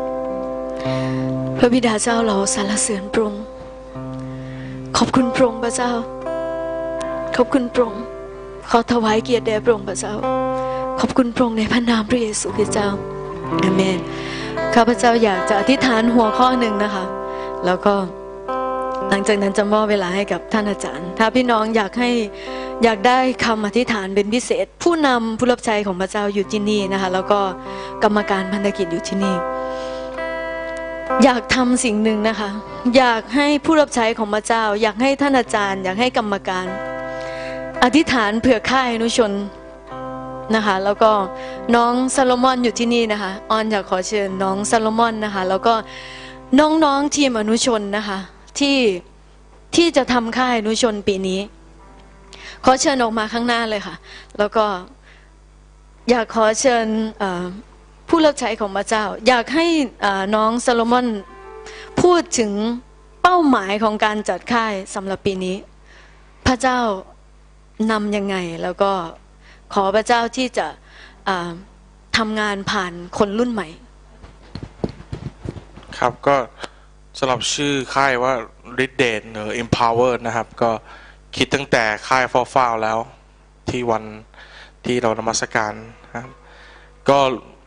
พระบิดาเจ้าเราสรรเสริญพระองค์ขอบคุณพระองค์พระเจ้าขอบคุณพระองค์ขอถวายเกียรติแด่พระองค์พระเจ้าขอบคุณพระองค์ในพระนามพระเยซูคริสต์เจ้าอาเมนข้าพเจ้าอยากจะอธิษฐานหัวข้อหนึ่งนะคะแล้วก็หลังจากนั้นจะมอบเวลาให้กับท่านอาจารย์ถ้าพี่น้องอยากให้อยากได้คำอธิษฐานเป็นพิเศษผู้นำผู้รับใช้ของพระเจ้าอยู่ที่นี่นะคะแล้วก็กรรมการพันธกิจอยู่ที่นี่อยากทำสิ่งหนึ่งนะคะอยากให้ผู้รับใช้ของพระเจ้าอยากให้ท่านอาจารย์อยากให้กรรมการอธิษฐานเผื่อค่ายอนุชนนะคะแล้วก็น้องซาโลมอนอยู่ที่นี่นะคะออนอยากขอเชิญน้องซาโลมอนนะคะแล้วก็น้องๆทีมอนุชนนะคะที่ที่จะทำค่ายอนุชนปีนี้ขอเชิญออกมาข้างหน้าเลยค่ะแล้วก็อยากขอเชิญผู้รับใช้ของพระเจ้าอยากให้น้องซาโลมอนพูดถึงเป้าหมายของการจัดค่ายสำหรับปีนี้พระเจ้านำยังไงแล้วก็ขอพระเจ้าที่จะทำงานผ่านคนรุ่นใหม่ครับก็สำหรับชื่อค่ายว่า Redeem หรือ Empower นะครับก็คิดตั้งแต่ค่ายฟ้าวๆแล้วที่วันที่เรานมัสการนะครับก็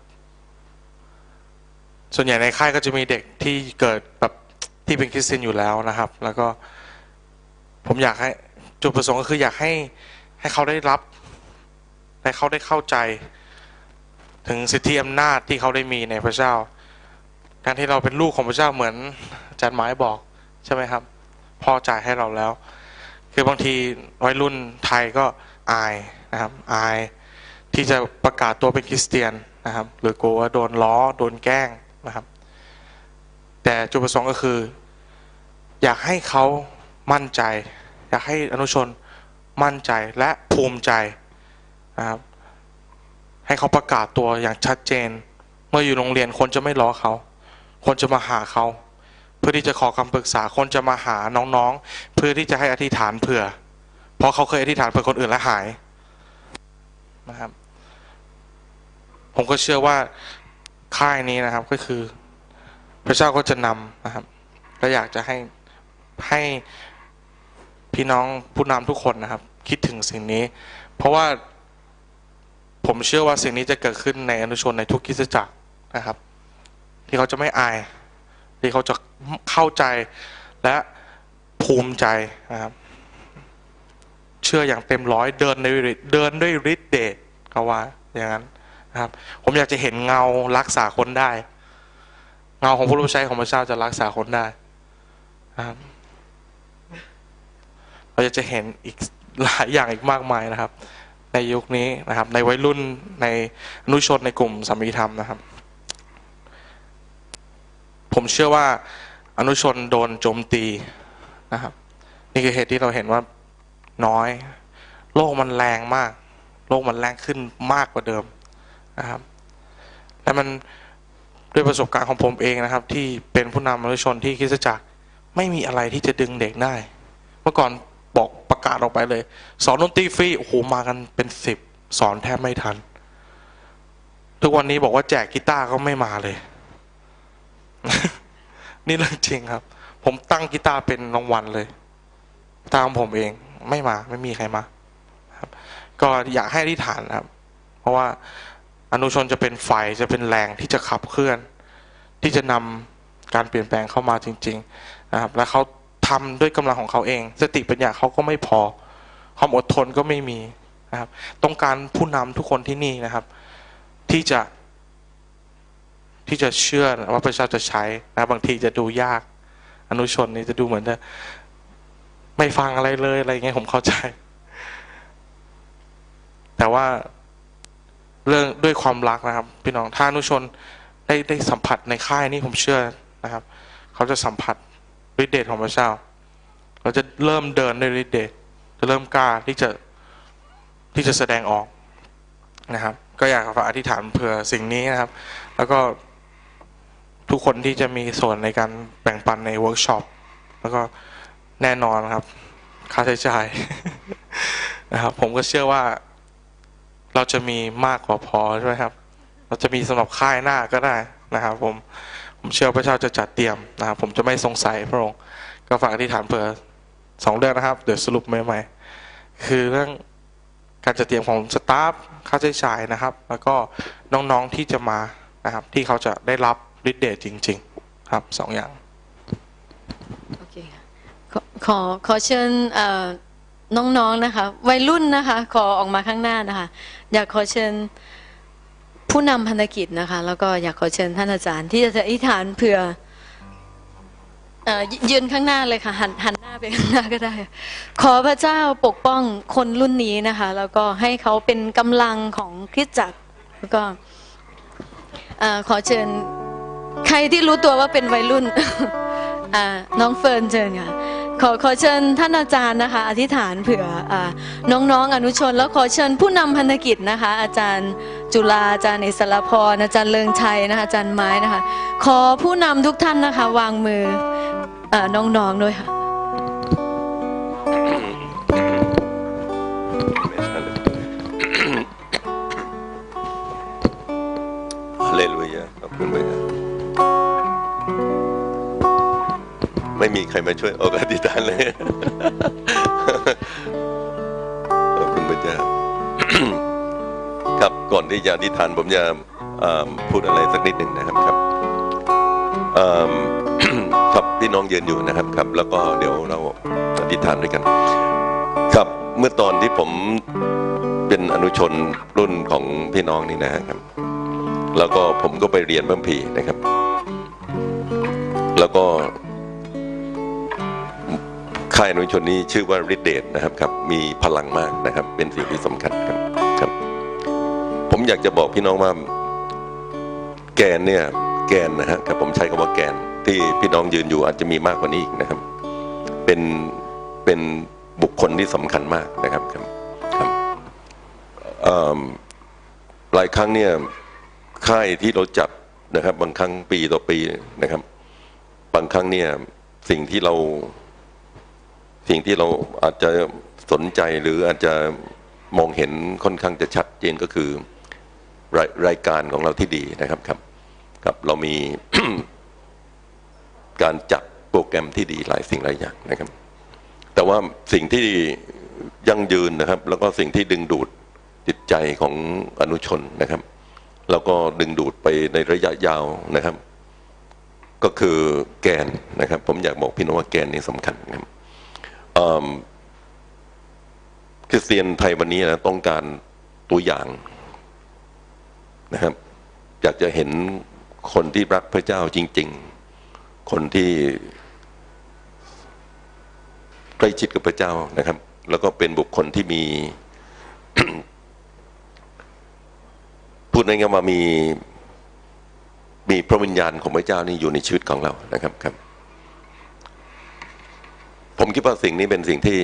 ส่วนใหญ่ในค่ายก็จะมีเด็กที่เกิดแบบที่เป็นคริสเตียนอยู่แล้วนะครับแล้วก็ผมอยากให้จุดประสงค์ก็คืออยากให้ให้เขาได้รับให้เขาได้เข้าใจถึงสิทธิอำนาจที่เขาได้มีในพระเจ้าการที่เราเป็นลูกของพระเจ้าเหมือนอาจารย์ไม้บอกใช่ไหมครับพ่อจ่ายให้เราแล้วคือบางทีวัยรุ่นไทยก็อายนะครับอายที่จะประกาศตัวเป็นคริสเตียนนะครับหรือกลัวว่าโดนล้อโดนแกล้งนะครับแต่จุดประสงค์ก็คืออยากให้เขามั่นใจอยากให้อนุชนมั่นใจและภูมิใจนะครับให้เขาประกาศตัวอย่างชัดเจนเมื่ออยู่โรงเรียนคนจะไม่ล้อเขาคนจะมาหาเขาเพื่อที่จะขอคำปรึกษาคนจะมาหาน้องๆเพื่อที่จะให้อธิษฐานเผื่อเพราะเขาเคยอธิษฐานเผื่อคนอื่นและหายนะครับผมก็เชื่อว่าค่ายนี้นะครับก็คือพระเจ้าก็จะนำนะครับและอยากจะให้ให้พี่น้องผู้นำทุกคนนะครับคิดถึงสิ่งนี้เพราะว่าผมเชื่อว่าสิ่งนี้จะเกิดขึ้นในอนุชนในทุกคริสตจักรนะครับที่เขาจะไม่อายที่เขาจะเข้าใจและภูมิใจนะครับเชื่ออย่างเต็มร้อยเดินในเดินด้วยฤทธิ์เดชเขาว่าอย่างนั้นนะครับผมอยากจะเห็นเงารักษาคนได้เงาของผู้รับใช้ของพระเจ้าจะรักษาคนได้นะครับเราจะเห็นอีกหลายอย่างอีกมากมายนะครับในยุคนี้นะครับในวัยรุ่นในอนุชนในกลุ่มสามีธรรมนะครับผมเชื่อว่าอนุชนโดนโจมตีนะครับนี่คือเหตุที่เราเห็นว่าน้อยโลกมันแรงมากโลกมันแรงขึ้นมากกว่าเดิมนะครับและมันด้วยประสบการณ์ของผมเองนะครับที่เป็นผู้นำอนุชนที่คริสตจักรไม่มีอะไรที่จะดึงเด็กได้เมื่อก่อนบอกประกาศออกไปเลยสอนดนตรีฟรีโอ้โหมากันเป็นสิบสอนแทบไม่ทันทุกวันนี้บอกว่าแจกกีตาร์ก็ไม่มาเลย นี่เรื่องจริงครับผมตั้งกีตาร์เป็นรางวัลเลยตามผมเองไม่มาไม่มีใครมาครับก็อยากให้อธิษฐานนะครับเพราะว่าอนุชนจะเป็นไฟจะเป็นแรงที่จะขับเคลื่อนที่จะนำการเปลี่ยนแปลงเข้ามาจริงๆนะครับและเขาทำด้วยกำลังของเขาเองสติปัญญาเขาก็ไม่พอความอดทนก็ไม่มีนะครับต้องการผู้นำทุกคนที่นี่นะครับที่จะที่จะเชื่อว่าพระเจ้าจะใช้นะบางทีจะดูยากอนุชนนี่จะดูเหมือนจะไม่ฟังอะไรเลยอะไรเงี้ยผมเข้าใจแต่ว่าเรื่องด้วยความรักนะครับพี่น้องถ้าอนุชนได้ได้สัมผัสในค่ายนี้ผมเชื่อนะครับเขาจะสัมผัสฤทธิ์เดชของพระเจ้าเราจะเริ่มเดินในฤทธิ์เดชจะเริ่มกล้าที่จะที่จะแสดงออกนะครับก็อยากฝากอธิษฐานเผื่อสิ่งนี้นะครับแล้วก็ทุกคนที่จะมีส่วนในการแบ่งปันในเวิร์กช็อปแล้วก็แน่นอนครับค่าใช้จ่าย นะครับผมก็เชื่อว่าเราจะมีมากกว่าพอใช่ไหมครับเราจะมีสำหรับค่ายหน้าก็ได้นะครับผมผมเชื่อพระเจ้าจะจัดเตรียมนะครับผมจะไม่สงสัยพระองค์ก็ฝากอธิษฐานเผื่อสองเรื่องนะครับเดี๋ยวสรุปใหม่ๆคือเรื่องการจัดเตรียมของสตาฟค่าใช้จ่ายนะครับแล้วก็น้องๆที่จะมานะครับที่เขาจะได้รับฤทธิ์เดชจริงๆครับสองอย่างโอเคขอขอขอเชิญน้องๆนะคะวัยรุ่นนะคะขอออกมาข้างหน้านะคะอยากขอเชิญผู้นำพันธกิจนะคะแล้วก็อยากขอเชิญท่านอาจารย์ที่จะอธิษฐานเผื่อยืนข้างหน้าเลยค่ะหันหันหน้าไปข้างหน้าก็ได้ขอพระเจ้าปกป้องคนรุ่นนี้นะคะแล้วก็ให้เขาเป็นกำลังของคริสตจักรแล้วก็ขอเชิญใครที่รู้ตัวว่าเป็นวัยรุ่นน้องเฟิร์นเชิญค่ะขอขอเชิญท่านอาจารย์นะคะอธิษฐานเผื่อน้องๆอนุชนแล้วขอเชิญผู้นำพันธกิจนะคะอาจารย์จุฬาอาจารย์อิสระพรอาจารย์เลิงชัยนะคะอาจารย์ไม้นะคะขอผู้นำทุกท่านนะคะวางมือน้องๆด้วยค่ะฮาเลลูยาขอบคุณพระเจ้าไม่มีใครมาช่วยออกอธิษฐานเลยขอบคุณพระเจ้าครับก่อนที่จะอธิษฐานผมจะพูดอะไรสักนิดหนึ่งนะครับครับครับพี่น้องยืนอยู่นะครับครับแล้วก็เดี๋ยวเราอธิษฐานด้วยกันครับเมื่อตอนที่ผมเป็นอนุชนรุ่นของพี่น้องนี่นะครับแล้วก็ผมก็ไปเรียนบัมพีนะครับแล้วก็ค่ายอนุชนนี้ชื่อว่าฤทธิ์เดชนะครับครับมีพลังมากนะครับเป็นสิ่งที่สำคัญครับครับผมอยากจะบอกพี่น้องว่าแกนเนี่ยแกนนะฮะครับผมใช้คำว่าแกนที่พี่น้องยืนอยู่อาจจะมีมากกว่านี้อีกนะครับเป็นเป็นบุคคลที่สำคัญมากนะครับครับครับหลายครั้งเนี่ยค่ายที่เราจัดนะครับบางครั้งปีต่อปีนะครับบางครั้งเนี่ยสิ่งที่เราสิ่งที่เราอาจจะสนใจหรืออาจจะมองเห็นค่อนข้างจะชัดเจนก็คือรายรายการของเราที่ดีนะครับครับครับเรามี การจัดโปรแกรมที่ดีหลายสิ่งหลายอย่างนะครับแต่ว่าสิ่งที่ยั่งยืนนะครับแล้วก็สิ่งที่ดึงดูดจิตใจของอนุชนนะครับแล้วก็ดึงดูดไปในระยะยาวนะครับก็คือแกนนะครับผมอยากบอกพี่น้องว่าแกนนี้สำคัญนะครับคริสเตียนไทยวันนี้นะต้องการตัวอย่างนะครับอยากจะเห็นคนที่รักพระเจ้าจริงๆคนที่ใกล้ชิดกับพระเจ้านะครับแล้วก็เป็นบุคคลที่มี พูดง่ายๆว่ามีมีพระวิญญาณของพระเจ้านี่อยู่ในชีวิตของเรานะครับครับผมคิดว่าสิ่งนี้เป็นสิ่งที่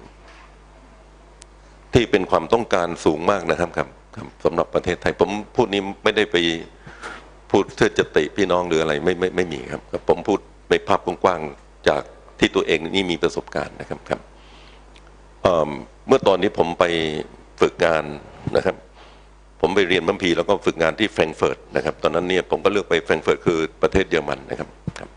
ที่เป็นความต้องการสูงมากนะครับครับสำหรับประเทศไทยผมพูดนี้ไม่ได้ไปพูดเพื่อจะติพี่น้องหรืออะไรไม่ไม่ไม่มีครับผมพูดในภาพกว้างๆจากที่ตัวเองนี่มีประสบการณ์นะครับครับเมื่อตอนนี้ผมไปฝึกงานนะครับผมไปเรียนบัมพีแล้วก็ฝึกงานที่แฟรงก์เฟิร์ตนะครับตอนนั้นเนี่ยผมก็เลือกไปแฟรงก์เฟิร์ตคือประเทศเยอรมันนะครับครับ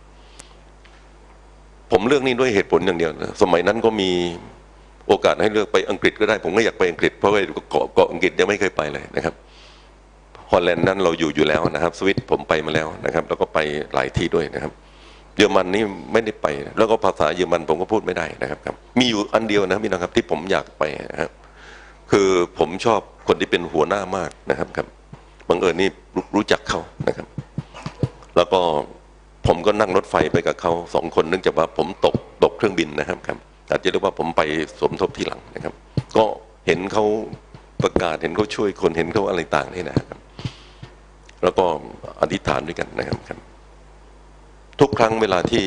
ผมเลือกนี่ด้วยเหตุผลอย่างเดียวนะสมัยนั้นก็มีโอกาสให้เลือกไปอังกฤษก็ได้ผมก็อยากไปอังกฤษเพราะว่าเกาะเกาะอังกฤษยังไม่เคยไปเลยนะครับฮอลแลนด์นั้นเราอยู่อยู่แล้วนะครับสวิตผมไปมาแล้วนะครับแล้วก็ไปหลายที่ด้วยนะครับเยอรมันนี่ไม่ได้ไปแล้วก็ภาษาเยอรมันผมก็พูดไม่ได้นะครับครับมีอยู่อันเดียวนะพี่น้องครับที่ผมอยากไปนะครับคือผมชอบคนที่เป็นหัวหน้ามากนะครับครับบังเอิญนี่รู้จักเขานะครับแล้วก็ผมก็นั่งรถไฟไปกับเขาสองคนเนื่องจากว่าผมตกตกเครื่องบินนะครับครับอาจจะเรียกว่าผมไปสมทบทีหลังนะครับก็เห็นเขาประกาศเห็นเขาช่วยคนเห็นเขาอะไรต่างนี่นะครับแล้วก็อธิษฐานด้วยกันนะครับครับทุกครั้งเวลาที่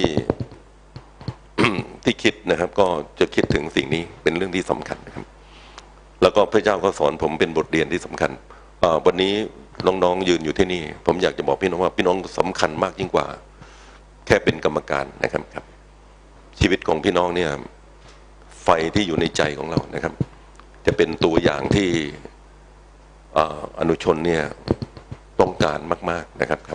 ที่คิดนะครับก็จะคิดถึงสิ่งนี้เป็นเรื่องที่สำคัญนะครับแล้วก็พระเจ้าก็สอนผมเป็นบทเรียนที่สำคัญวันนี้น้องๆยืนอยู่ที่นี่ผมอยากจะบอกพี่น้องว่าพี่น้องสำคัญมากยิ่งกว่าแค่เป็นกรรมการนะครับครับชีวิตของพี่น้องเนี่ยไฟที่อยู่ในใจของเรานะครับจะเป็นตัวอย่างที่อนุชนเนี่ยต้องการมากๆนะครับครับ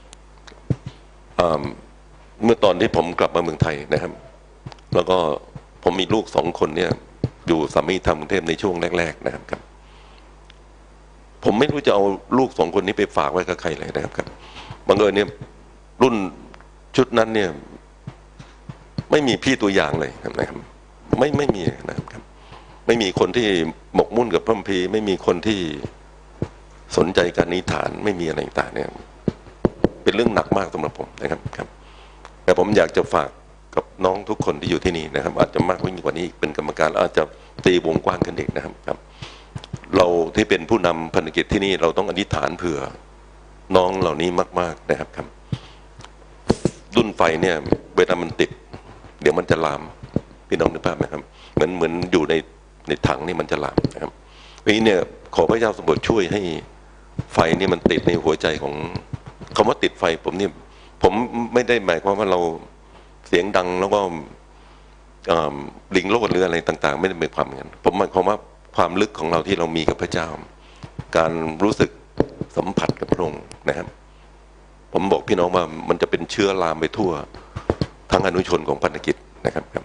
เมื่อตอนที่ผมกลับมาเมืองไทยนะครับแล้วก็ผมมีลูกสองคนเนี่ยอยู่สามีธรรมกรุงเทพในช่วงแรกๆนะครับครับผมไม่รู้จะเอาลูกสองคนนี้ไปฝากไว้กับใครเลยนะครับครับบังเอิญเนี่ยรุ่นชุดนั้นเนี่ยไม่มีพี่ตัวอย่างเลยนะครับไม่ไม่มีนะครับไม่มีคนที่หมกมุ่นกับพระคัมภีร์ไม่มีคนที่สนใจการนิทานไม่มีอะไรต่างเนี่ยเป็นเรื่องหนักมากสำหรับผมนะครับครับแต่ผมอยากจะฝากกับน้องทุกคนที่อยู่ที่นี่นะครับอาจจะมากยิ่งกว่านี้เป็นกรรมการอาจจะตีวงกว้างขึ้นอีกนะครับครับเราที่เป็นผู้นำภารกิจที่นี่เราต้องอธิษฐานเผื่อน้องเหล่านี้มากๆนะครับครับดุนไฟเนี่ยเวลามันติดเดี๋ยวมันจะลามพี่น้องนึกภาพไหมครับเหมือนเหมือนอยู่ในในถังนี่มันจะลามนะครับวันนี้เนี่ยขอพระเจ้าทรงโปรดช่วยให้ไฟนี่มันติดในหัวใจของคำว่าติดไฟผมเนี่ยผมไม่ได้หมายความว่าเราเสียงดังแล้วก็ลิงโลดหรืออะไรต่างๆไม่ได้เป็นความอย่างนั้นผมหมายความว่าความลึกของเราที่เรามีกับพระเจ้าการรู้สึกสัมผัสกับพระองค์นะครับผมบอกพี่น้องว่ามันจะเป็นเชื้อลามไปทั่วทั้งอนุชนของพันธกิจนะครับครับ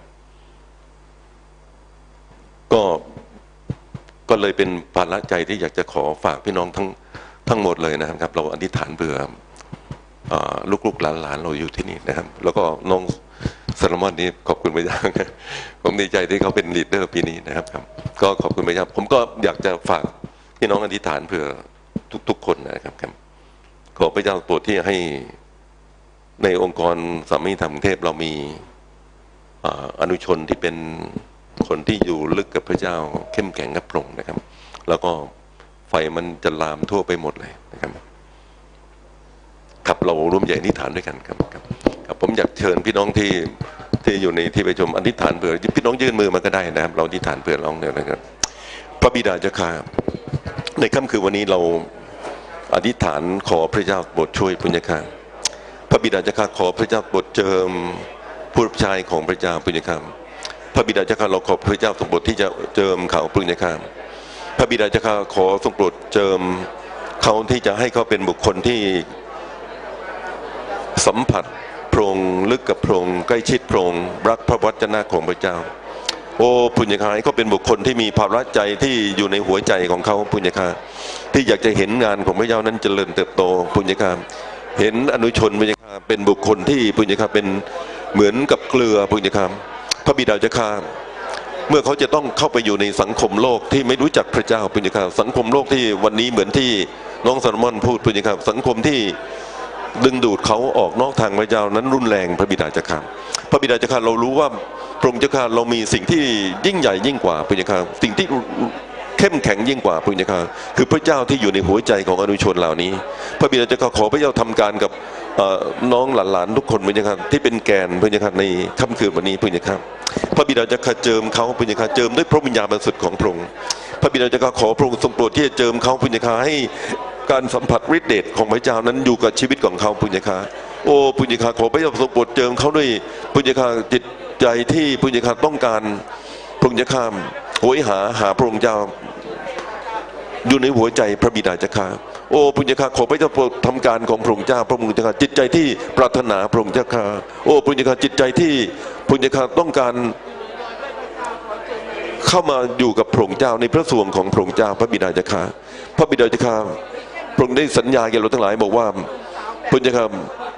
ก็ก็เลยเป็นภาระใจที่อยากจะขอฝากพี่น้องทั้งทั้งหมดเลยนะครับเราอธิษฐานเผื่อลูกๆหลานๆเราอยู่ที่นี่นะครับแล้วก็น้องซาโลมอนนี่ขอบคุณพระเจ้าผมดีใจที่เขาเป็นลีดเดอร์ปีนี้นะครับครับก็ขอบคุณพระเจ้าผมก็อยากจะฝากพี่น้องอธิษฐานเผื่อทุกๆคนนะครับครับขอพระเจ้าโปรดที่ให้ในองค์กรสามีธรรมกรุงเทพเรามีอนุชนที่เป็นคนที่อยู่ลึกกับพระเจ้าเข้มแข็งกับพระองค์นะครับแล้วก็ไฟมันจะลามทั่วไปหมดเลยนะครับครับเราร่วมใจอธิษฐานด้วยกันครับครับครับผมอยากเชิญพี่น้องที่ที่อยู่ในที่ประชุมอธิษฐานเผื่อพี่น้องยื่นมือมาก็ได้นะครับเราอธิษฐานเผื่อน้องเนี่ยนะครับพระบิดาเจ้าข้าในค่ำคืนวันนี้เราอธิษฐานขอพระเจ้าโปรดช่วยพุทธเจ้าพระบิดาเจ้าข้าขอพระเจ้าโปรดเจิมผู้รับใช้ของพระเจ้าพุทธเจ้าพระบิดาเจ้าข้าเราขอพระเจ้าทรงโปรดที่จะเจิมเขาพุทธเจ้าพระบิดาเจ้าข้าขอทรงโปรดเจิมเขาที่จะให้เขาเป็นบุคคลที่สัมผัสพระองค์ลึกกับพระองค์ใกล้ชิดพระองค์รักพระวจนะของพระเจ้าโอ้พุทธเจ้าให้เขาเป็นบุคคลที่มีภาระใจที่อยู่ในหัวใจของเขาพุทธเจ้าที่อยากจะเห็นงานของพระเจ้านั้นเจริญเติบโตพุทธเจ้าเห็นอนุชนพุทธเจ้าเป็นบุคคลที่พุทธเจ้าเป็นเหมือนกับเกลือพุทธเจ้าพระบิดาเจ้าข้าเมื่อเขาจะต้องเข้าไปอยู่ในสังคมโลกที่ไม่รู้จักพระเจ้าพุทธเจ้าสังคมโลกที่วันนี้เหมือนที่น้องซาโลมอนพูดพุทธเจ้าสังคมที่ดึงดูดเขาออกนอกทางพระเจ้านั้นรุนแรงพระบิดาเจ้าข้าพระบิดาเจ้าข้าเรารู้ว่าพระองค์เจ้าข้าเรามีสิ่งที่ยิ่งใหญ่ยิ่งกว่าพระเจ้าข้าสิ่งที่เข้มแข็งยิ่งกว่าพระเจ้าข้าคือพระเจ้าที่อยู่ในหัวใจของอนุชนเหล่านี้พระบิดาเจ้าข้าขอพระเจ้าทำการกับน้องหลานๆทุกคนพระเจ้าข้าที่เป็นแกนพระเจ้าข้าในค่ำคืนวันนี้พระเจ้าข้าพระบิดาเจ้าข้าเจิมเขาพระเจ้าข้าเจิมด้วยพระวิญญาณบริสุทธิ์ของพระองค์พระบิดาเจ้าข้าขอพระองค์ทรงโปรดที่จะเจิมเขาพระเจ้าข้าให้การสัมผัสฤทธิ์เดชของพระเจ้านั้นอยู่กับชีวิตของเขาพุทธเจ้าโอ้พุทธเจ้าขอพระเจ้าทรงโปรดเจิมเขาด้วยพุทธเจ้าจิตใจที่พุทธเจ้าต้องการพระองค์เจ้าโหยหาหาพระองค์เจ้าอยู่ในหัวใจพระบิดาเจ้าโอ้พุทธเจ้าขอพระเจ้าโปรดทำการของพระองค์เจ้าพระองค์เจ้าจิตใจที่ปรารถนาพระองค์เจ้าโอ้พุทธเจ้าจิตใจที่พุทธเจ้าต้องการเข้ามาอยู่กับพระองค์เจ้าในพระสวงของพระองค์เจ้าพระบิดาเจ้าพระบิดาเจ้าพระองค์ได้สัญญาแก่เราทั้งหลายบอกว่าพุทธเจ้า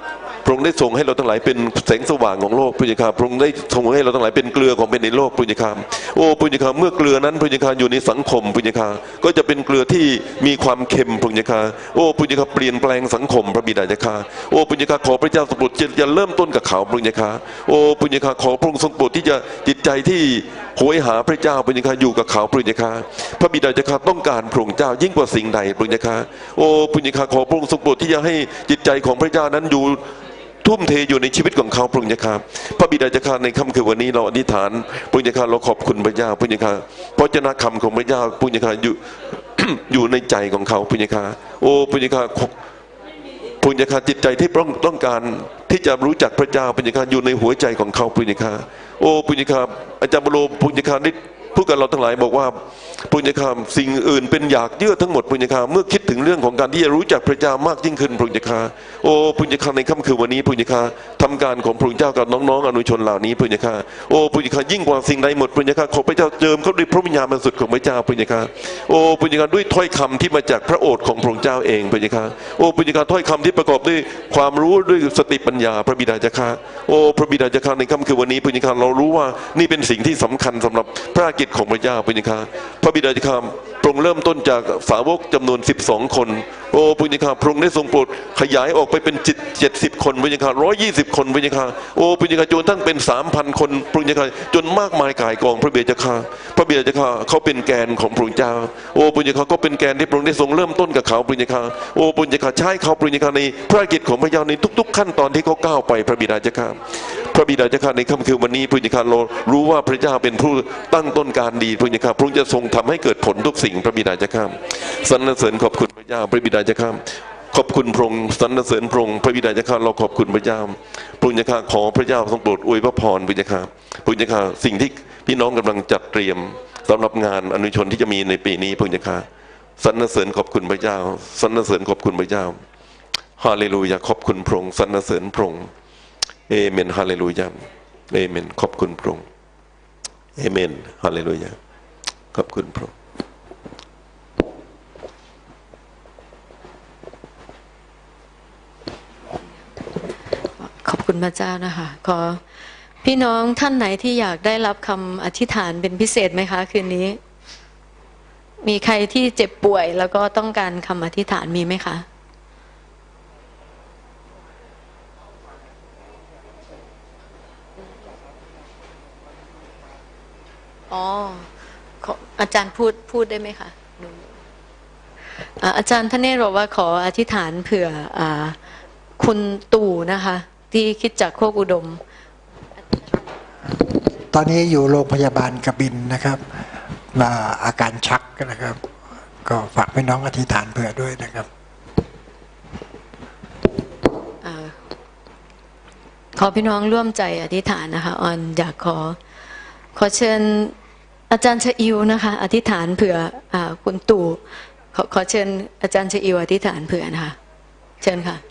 พระองค์ได้ทรงให้เราทั้งหลายเป็นแสงสว่างของโลกพระเจ้าพระองค์ได้ทรงให้เราทั้งหลายเป็นเกลือของเป็นในโลกพระเจ้าโอ้พระเจ้าเมื่อเกลือนั้นพระเจ้าอยู่ในสังคมพระเจ้าก็จะเป็นเกลือที่มีความเค็มพระเจ้าโอ้พระเจ้าเปลี่ยนแปลงสังคมพระบิดาเจ้าโอ้พระเจ้าขอพระเจ้าทรงโปรดจะเริ่มต้นกับเขาพระเจ้าโอ้พระเจ้าขอพระองค์ทรงโปรดที่จะจิตใจที่โหยหาพระเจ้าพระเจ้าอยู่กับเขาพระเจ้าพระบิดาเจ้าต้องการพระองค์เจ้ายิ่งกว่าสิ่งใดพระเจ้าโอ้พระเจ้าขอพระองค์ทรงโปรดที่จะให้จิตใจของพระเจ้านั้นอยู่ทุ่มเทอยู่ในชีวิตของเขาพระองค์เจ้าพระบิดาเจ้าในค่ำคืนวันนี้เราอธิษฐานพระเจ้าเราขอบคุณพระเจ้าพระเจ้าเพราะเจ้าคำของพระเจ้าพระเจ้าอยู่ อยู่ในใจของเขาพระเจ้าโอ้พระเจ้าพระเจ้าจิตใจที่ต้องการที่จะรู้จักพระเจ้าพระเจ้าอยู่ในหัวใจของเขาพระเจ้าโอ้พระเจ้าอาจารย์บโลพระเจ้าได้พูดกับเราทั้งหลายบอกว่าปุญญาคามสิ่งอื่นเป็นอยากเยื่อทั้งหมดปุญญาคามเมื่อคิดถึงเรื่องของการที่จะรู้จักพระเจ้ามากยิ่งขึ้นปุญญาคาโอ้ปุญญาคาในค่ำคืนวันนี้ปุญญาคาทำการของพระเจ้ากับน้องๆอนุชนเหล่านี้ปุญญาคาโอ้ปุญญาคายิ่งกว่าสิ่งใดหมดปุญญาคาขอพระเจ้าเจิมเขาด้วยพระวิญญาณบริสุทธิ์ของพระเจ้าปุญญาคาโอ้ปุญญาคาด้วยถ้อยคำที่มาจากพระโอษฐ์ของพระเจ้าเองปุญญาคาโอ้ปุญญาคาถ้อยคำที่ประกอบด้วยความรู้ด้วยสติปัญญาพระบิดาเจ้าข้าโอ้พระบิดาเจ้าข้าในค่ำคืนวันนี้ปุญญาคาเรารู้ว่านี่เป็นสิ่งที่สำคัญสำหรับพระกิจของพระเจ้าปุญญาคาพระบิดาเจ้าข้าพระองค์เริ่มต้นจากสาวกจำนวนสิบสองคนโอ้ปุญญาคาพระองค์ได้ทรงโปรดขยายออกไปเป็นจิตเจ็ดสิบคนปุญญาคาร้อยยี่สิบคนปุญญาคาโอ้ปุญญาคาจนทั้งเป็นสามพันคนปุญญาคาจนมากมายก่ายกองพระบิดาเจ้าข้าพระบิดาเจ้าข้าเขาเป็นแกนของพระเจ้าโอ้ปุญญาคาก็เป็นแกนที่พระองค์ได้ทรงเริ่มต้นกับเขาปุญญาคาโอ้ปุญญาคาใช้เขาปุญญาคาในพระกิจของพระเจ้าในทุกๆขั้นตอนที่เขาก้าวไปพระบิดาเจ้าข้าพระบิดาเจ้าข้าในค่ำคืนวันนี้ปุญญาคาเรารู้ว่าพระเจ้าเป็นผู้ตั้งต้นการดีปุญญาคาพระองค์จะทรงทำให้เกิดผลทุกสิ่งพระบิดาเจ้าข้าสรรเสริญขอบคุณพระเจ้าพระบิดาเจ้าข้าขอบคุณพระองค์สรรเสริญพระองค์พระบิดาเจ้าข้าเราขอบคุณพระเจ้าพระเจ้าขอพระเจ้าทรงโปรดอวยพระพรพระเจ้าข้าพระเจ้าข้าสิ่งที่พี่น้องกำลังจัดเตรียมสำหรับงานอนุชนที่จะมีในปีนี้พระเจ้าข้าสรรเสริญขอบคุณพระเจ้าสรรเสริญขอบคุณพระเจ้าฮาเลลูยาขอบคุณพระองค์สรรเสริญพระองค์เอเมนฮาเลลูยาเอเมนขอบคุณพระองค์เอเมนฮาเลลูยาขอบคุณพระองค์ขอบคุณพระเจ้านะคะขอพี่น้องท่านไหนที่อยากได้รับคำอธิษฐานเป็นพิเศษไหมคะคืนนี้มีใครที่เจ็บป่วยแล้วก็ต้องการคำอธิษฐานมีไหมคะอ๋ออาจารย์พูดพูดได้ไหมคะอาจารย์ท่านเนตรบอกว่าขออธิษฐานเผื่อคุณตู่นะคะที่คิดจากโคกอุดมตอนนี้อยู่โรงพยาบาลกบินนะครับมาอาการชักนะครับก็ฝากพี่น้องอธิษฐานเผื่อด้วยนะครับขอพี่น้องร่วมใจอธิษฐานนะคะออนอยากขอขอเชิญอาจารย์ชอิวนะคะอธิษฐานเผื่อคุณตู่ขอขอเชิญอาจารย์ชอิวอธิษฐานเผื่อนะคะเชิญค่ะ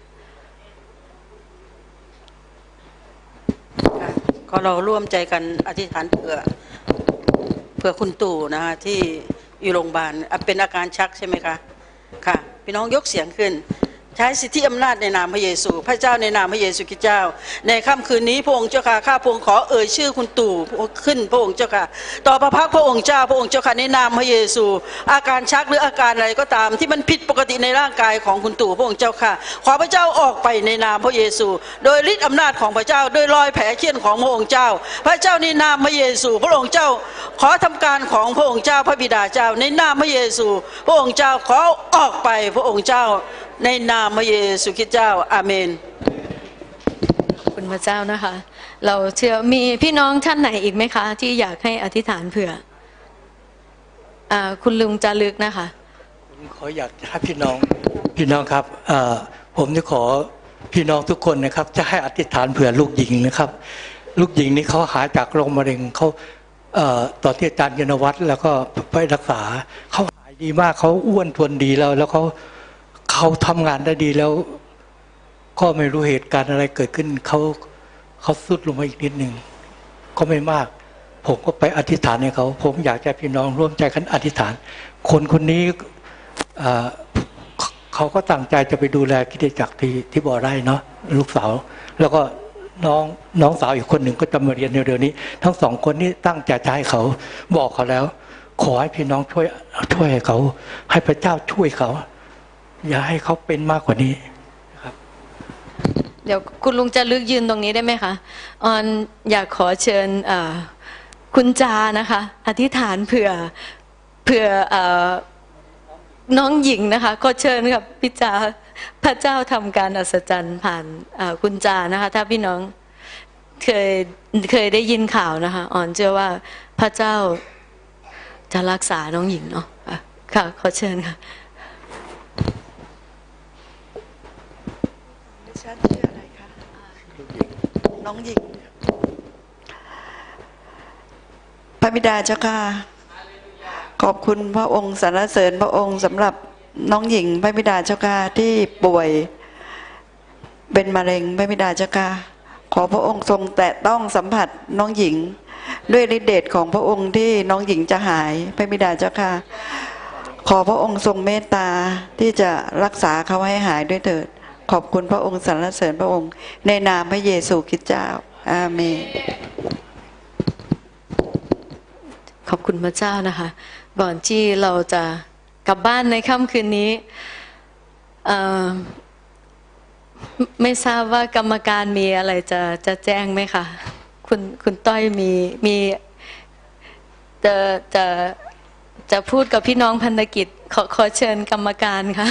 ก็เราร่วมใจกันอธิษฐานเผื่อเผื่อคุณตู่นะคะที่อยู่โรงพยาบาลเป็นอาการชักใช่ไหมคะค่ะพี่น้องยกเสียงขึ้นใช้สิทธิอำนาจในนามพระเยซูพระเจ้าในนามพระเยซูคริสต์เจ้าในค่ำคืนนี้พระองค์เจ้าค่ะข้าพระองค์ขอเอ่ยชื่อคุณตู่ขึ้นพระองค์เจ้าค่ะต่อพระพักพระองค์เจ้าพระองค์เจ้าค่ะในนามพระเยซูอาการชักหรืออาการอะไรก็ตามที่มันผิดปกติในร่างกายของคุณตู่พระองค์เจ้าค่ะขอพระเจ้าออกไปในนามพระเยซูโดยฤทธิ์อำนาจของพระเจ้าโดยรอยแผลเคี้ยนของพระองค์เจ้าพระเจ้าในนามพระเยซูพระองค์เจ้าขอทำการของพระองค์เจ้าพระบิดาเจ้าในนามพระเยซูพระองค์เจ้าขอออกไปพระองค์เจ้าในนามพระเยซูคริสต์เจ้าอาเมนขอบคุณพระเจ้านะคะเราเชื่อมีพี่น้องท่านไหนอีกไหมคะที่อยากให้อธิษฐานเผื่ออ่าคุณลุงจารึกนะคะผมขออยากให้พี่น้องพี่น้องครับอ่าผมจะขอพี่น้องทุกคนนะครับจะให้อธิษฐานเผื่อลูกหญิงนะครับลูกหญิงนี้เขาหายจากโรคมะเร็งเขาเอ่อตอนที่อาจารย์ยนวัฒน์แล้วก็ไปรักษาเขาหายดีมากเขาอ้วนทวนดีแล้วแล้วเขาเขาทำงานได้ดีแล้วก็ไม่รู้เหตุการณ์อะไรเกิดขึ้นเขาเขาสุดลงมาอีกนิดหนึ่งก็ไม่มากผมก็ไปอธิษฐานให้เขาผมอยากจะพี่น้องร่วมใจกันอธิษฐานคนคนนี้เขาก็ตั้งใจจะไปดูแลกิจจักรที่ที่บ่อไร่เนาะลูกสาวแล้วก็น้องน้องสาวอีกคนหนึ่งก็จะมาเรียนเร็วๆนี้ทั้งสองคนนี้ตั้งใจจะให้เขาบอกเขาแล้วขอให้พี่น้องช่วยช่วยเขาให้พระเจ้าช่วยเขาอย่าให้เขาเป็นมากกว่านี้ครับเดี๋ยวคุณลุงจะลึกยืนตรงนี้ได้ไหมคะออนอยากขอเชิญคุณจานะคะอธิษฐานเผื่อเผื่อน้องหญิงนะคะขอเชิญกับพี่จาพระเจ้าทำการอัศจรรย์ผ่านคุณจานะคะถ้าพี่น้องเคยเคยได้ยินข่าวนะคะอ่อนเชื่อว่าพระเจ้าจะรักษาน้องหญิงเนาะค่ะขอเชิญค่ะดิฉันชื่ออะไรคะน้องหญิงพระบิดาเจ้าค่ะขอบคุณพระองค์สรรเสริญพระองค์สำหรับน้องหญิงพระบิดาเจ้าค่ะที่ป่วยเป็นมะเร็งพระบิดาเจ้าค่ะขอพระองค์ทรงแตะต้องสัมผัสน้องหญิงด้วยฤทธิเดชของพระองค์ที่น้องหญิงจะหายพระบิดาเจ้าค่ะขอพระองค์ทรงเมตตาที่จะรักษาเขาให้หายด้วยเถิดขอบคุณพระองค์สรรเสริญพระองค์ในนามพระเยซูคริสต์เจ้าอาเมนขอบคุณพระเจ้านะคะก่อนที่เราจะกลับบ้านในค่ำคืนนี้ไม่ทราบว่ากรรมการมีอะไรจะจะแจ้งไหมคะคุณคุณต้อยมีมีจะจะจะพูดกับพี่น้องพันธกิจขอขอเชิญกรรมการค่ะ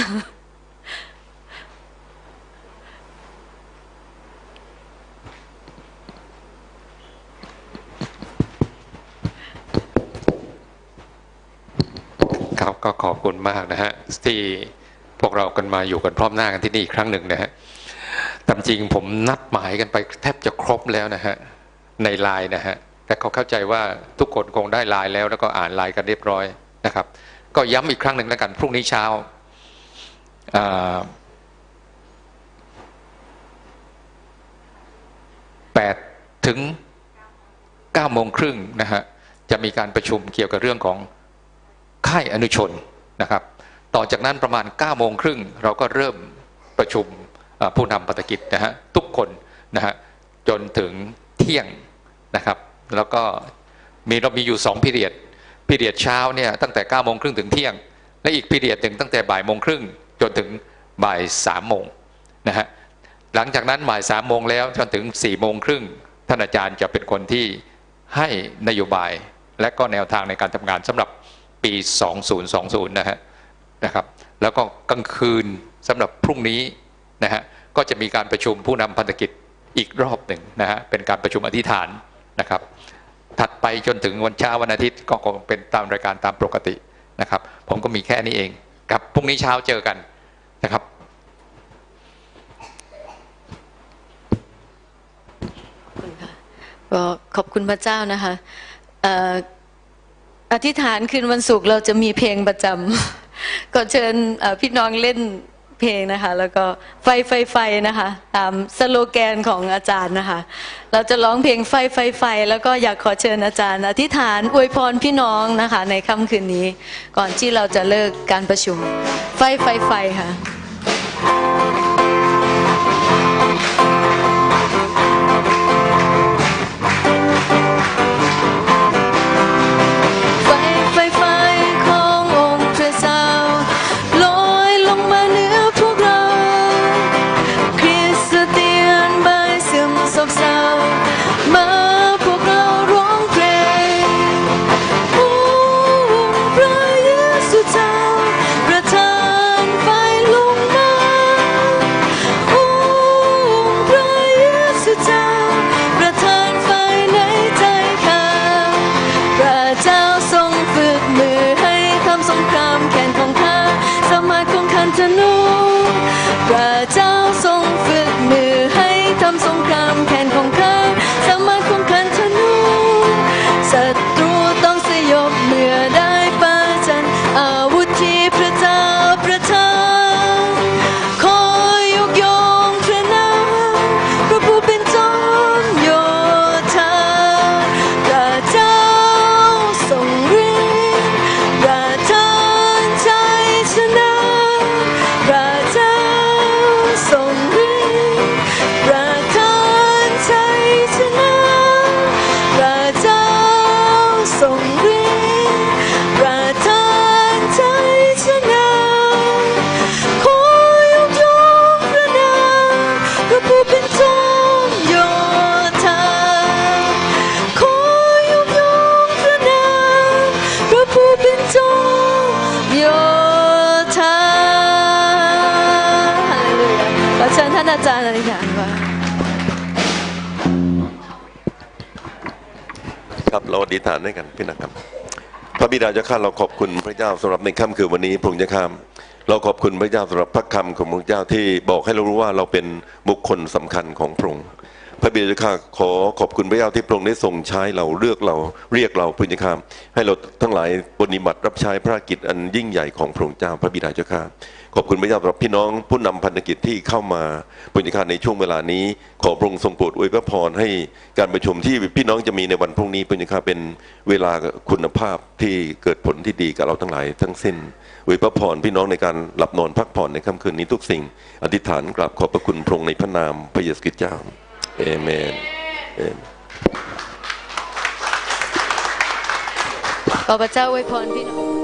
ครับก็ขอบคุณมากนะฮะที่พวกเรากันมาอยู่กันพร้อมหน้ากันที่นี่อีกครั้งหนึ่งนะฮะตามจริงผมนัดหมายกันไปแทบจะครบแล้วนะฮะในไลน์นะฮะแต่เขาเข้าใจว่าทุกคนคงได้ไลน์แล้วแล้วก็อ่านไลน์กันเรียบร้อยนะครับก็ย้ำอีกครั้งหนึ่งแล้วกันพรุ่งนี้เช้าแปดถึงเก้าโมงครึ่งนะฮะจะมีการประชุมเกี่ยวกับเรื่องของค่ายอนุชนนะครับต่อจากนั้นประมาณเก้าโมงครึ่งเราก็เริ่มประชุมผู้นำภารกิจนะฮะทุกคนนะฮะจนถึงเที่ยงนะครับแล้วก็มีเรามีอยู่สองพีเรียดพีเรียดเช้าเนี่ยตั้งแต่เก้าโมงครึ่งถึงเที่ยงและอีกพีเรียดหนึ่งตั้งแต่บ่ายโมงครึ่งจนถึงบ่ายสามโมงนะฮะหลังจากนั้นบ่ายสามโมงแล้วจนถึงสี่โมงครึ่งท่านอาจารย์จะเป็นคนที่ให้นโยบายและก็แนวทางในการทำงานสำหรับปีสองพันยี่สิบนะฮะนะครับแล้วก็กลางคืนสำหรับพรุ่งนี้นะฮะก็จะมีการประชุมผู้นำพันธกิจอีกรอบหนึ่งนะฮะเป็นการประชุมอธิษฐานนะครับถัดไปจนถึงวันเช้าวันอาทิตย์ก็คงเป็นตามรายการตามปกตินะครับผมก็มีแค่นี้เองครับพรุ่งนี้เช้าเจอกันนะครับขอบคุณค่ะก็ขอบคุณพระเจ้านะคะอธิษฐานคืนวันศุกร์เราจะมีเพลงประจำก็เชิญพี่น้องเล่นเพลงนะคะแล้วก็ไฟไฟไฟนะคะตามสโลแกนของอาจารย์นะคะเราจะร้องเพลงไฟไฟไฟแล้วก็อยากขอเชิญอาจารย์อธิษฐานอวยพรพี่น้องนะคะในค่ำคืนนี้ก่อนที่เราจะเลิกการประชุมไฟไฟไฟค่ะประทานไฟลุกอาจารย์อธิษฐานว่าครับเราอธิษฐานด้วยกันพี่นะครับพระบิดาเจ้าข้าเราขอบคุณพระเจ้าสำหรับในค่ำคืนวันนี้พระองค์เจ้าข้าเราขอบคุณพระเจ้าสำหรับพระคำของพระเจ้าที่บอกให้เรารู้ว่าเราเป็นบุคคลสำคัญของพระองค์พระบิดาเจ้าข้าขอขอบคุณพระเจ้าที่พระองค์ได้ทรงใช้เราเลือกเราเรียกเราพระองค์เจ้าข้าให้เราทั้งหลายปฏิบัติรับใช้พระกิจอันยิ่งใหญ่ของพระองค์เจ้าพระบิดาเจ้าข้าขอบคุณพระเจ้าสำหรับพี่น้องผู้นำพันธกิจที่เข้ามาพระเจ้าในช่วงเวลานี้ขอพระองค์ทรงโปรดอวยพระพรให้การประชุมที่พี่น้องจะมีในวันพรุ่งนี้พระเจ้าเป็นเวลาคุณภาพที่เกิดผลที่ดีกับเราทั้งหลายทั้งสิ้นอวยพระพรพี่น้องในการหลับนอนพักผ่อนในค่ำคืนนี้ทุกสิ่งอธิษฐานกราบขอบพระคุณพระองค์ในพระนามพระเยซูคริสต์เจ้าเอเมนขอพระเจ้าอวยพรพี่น้อง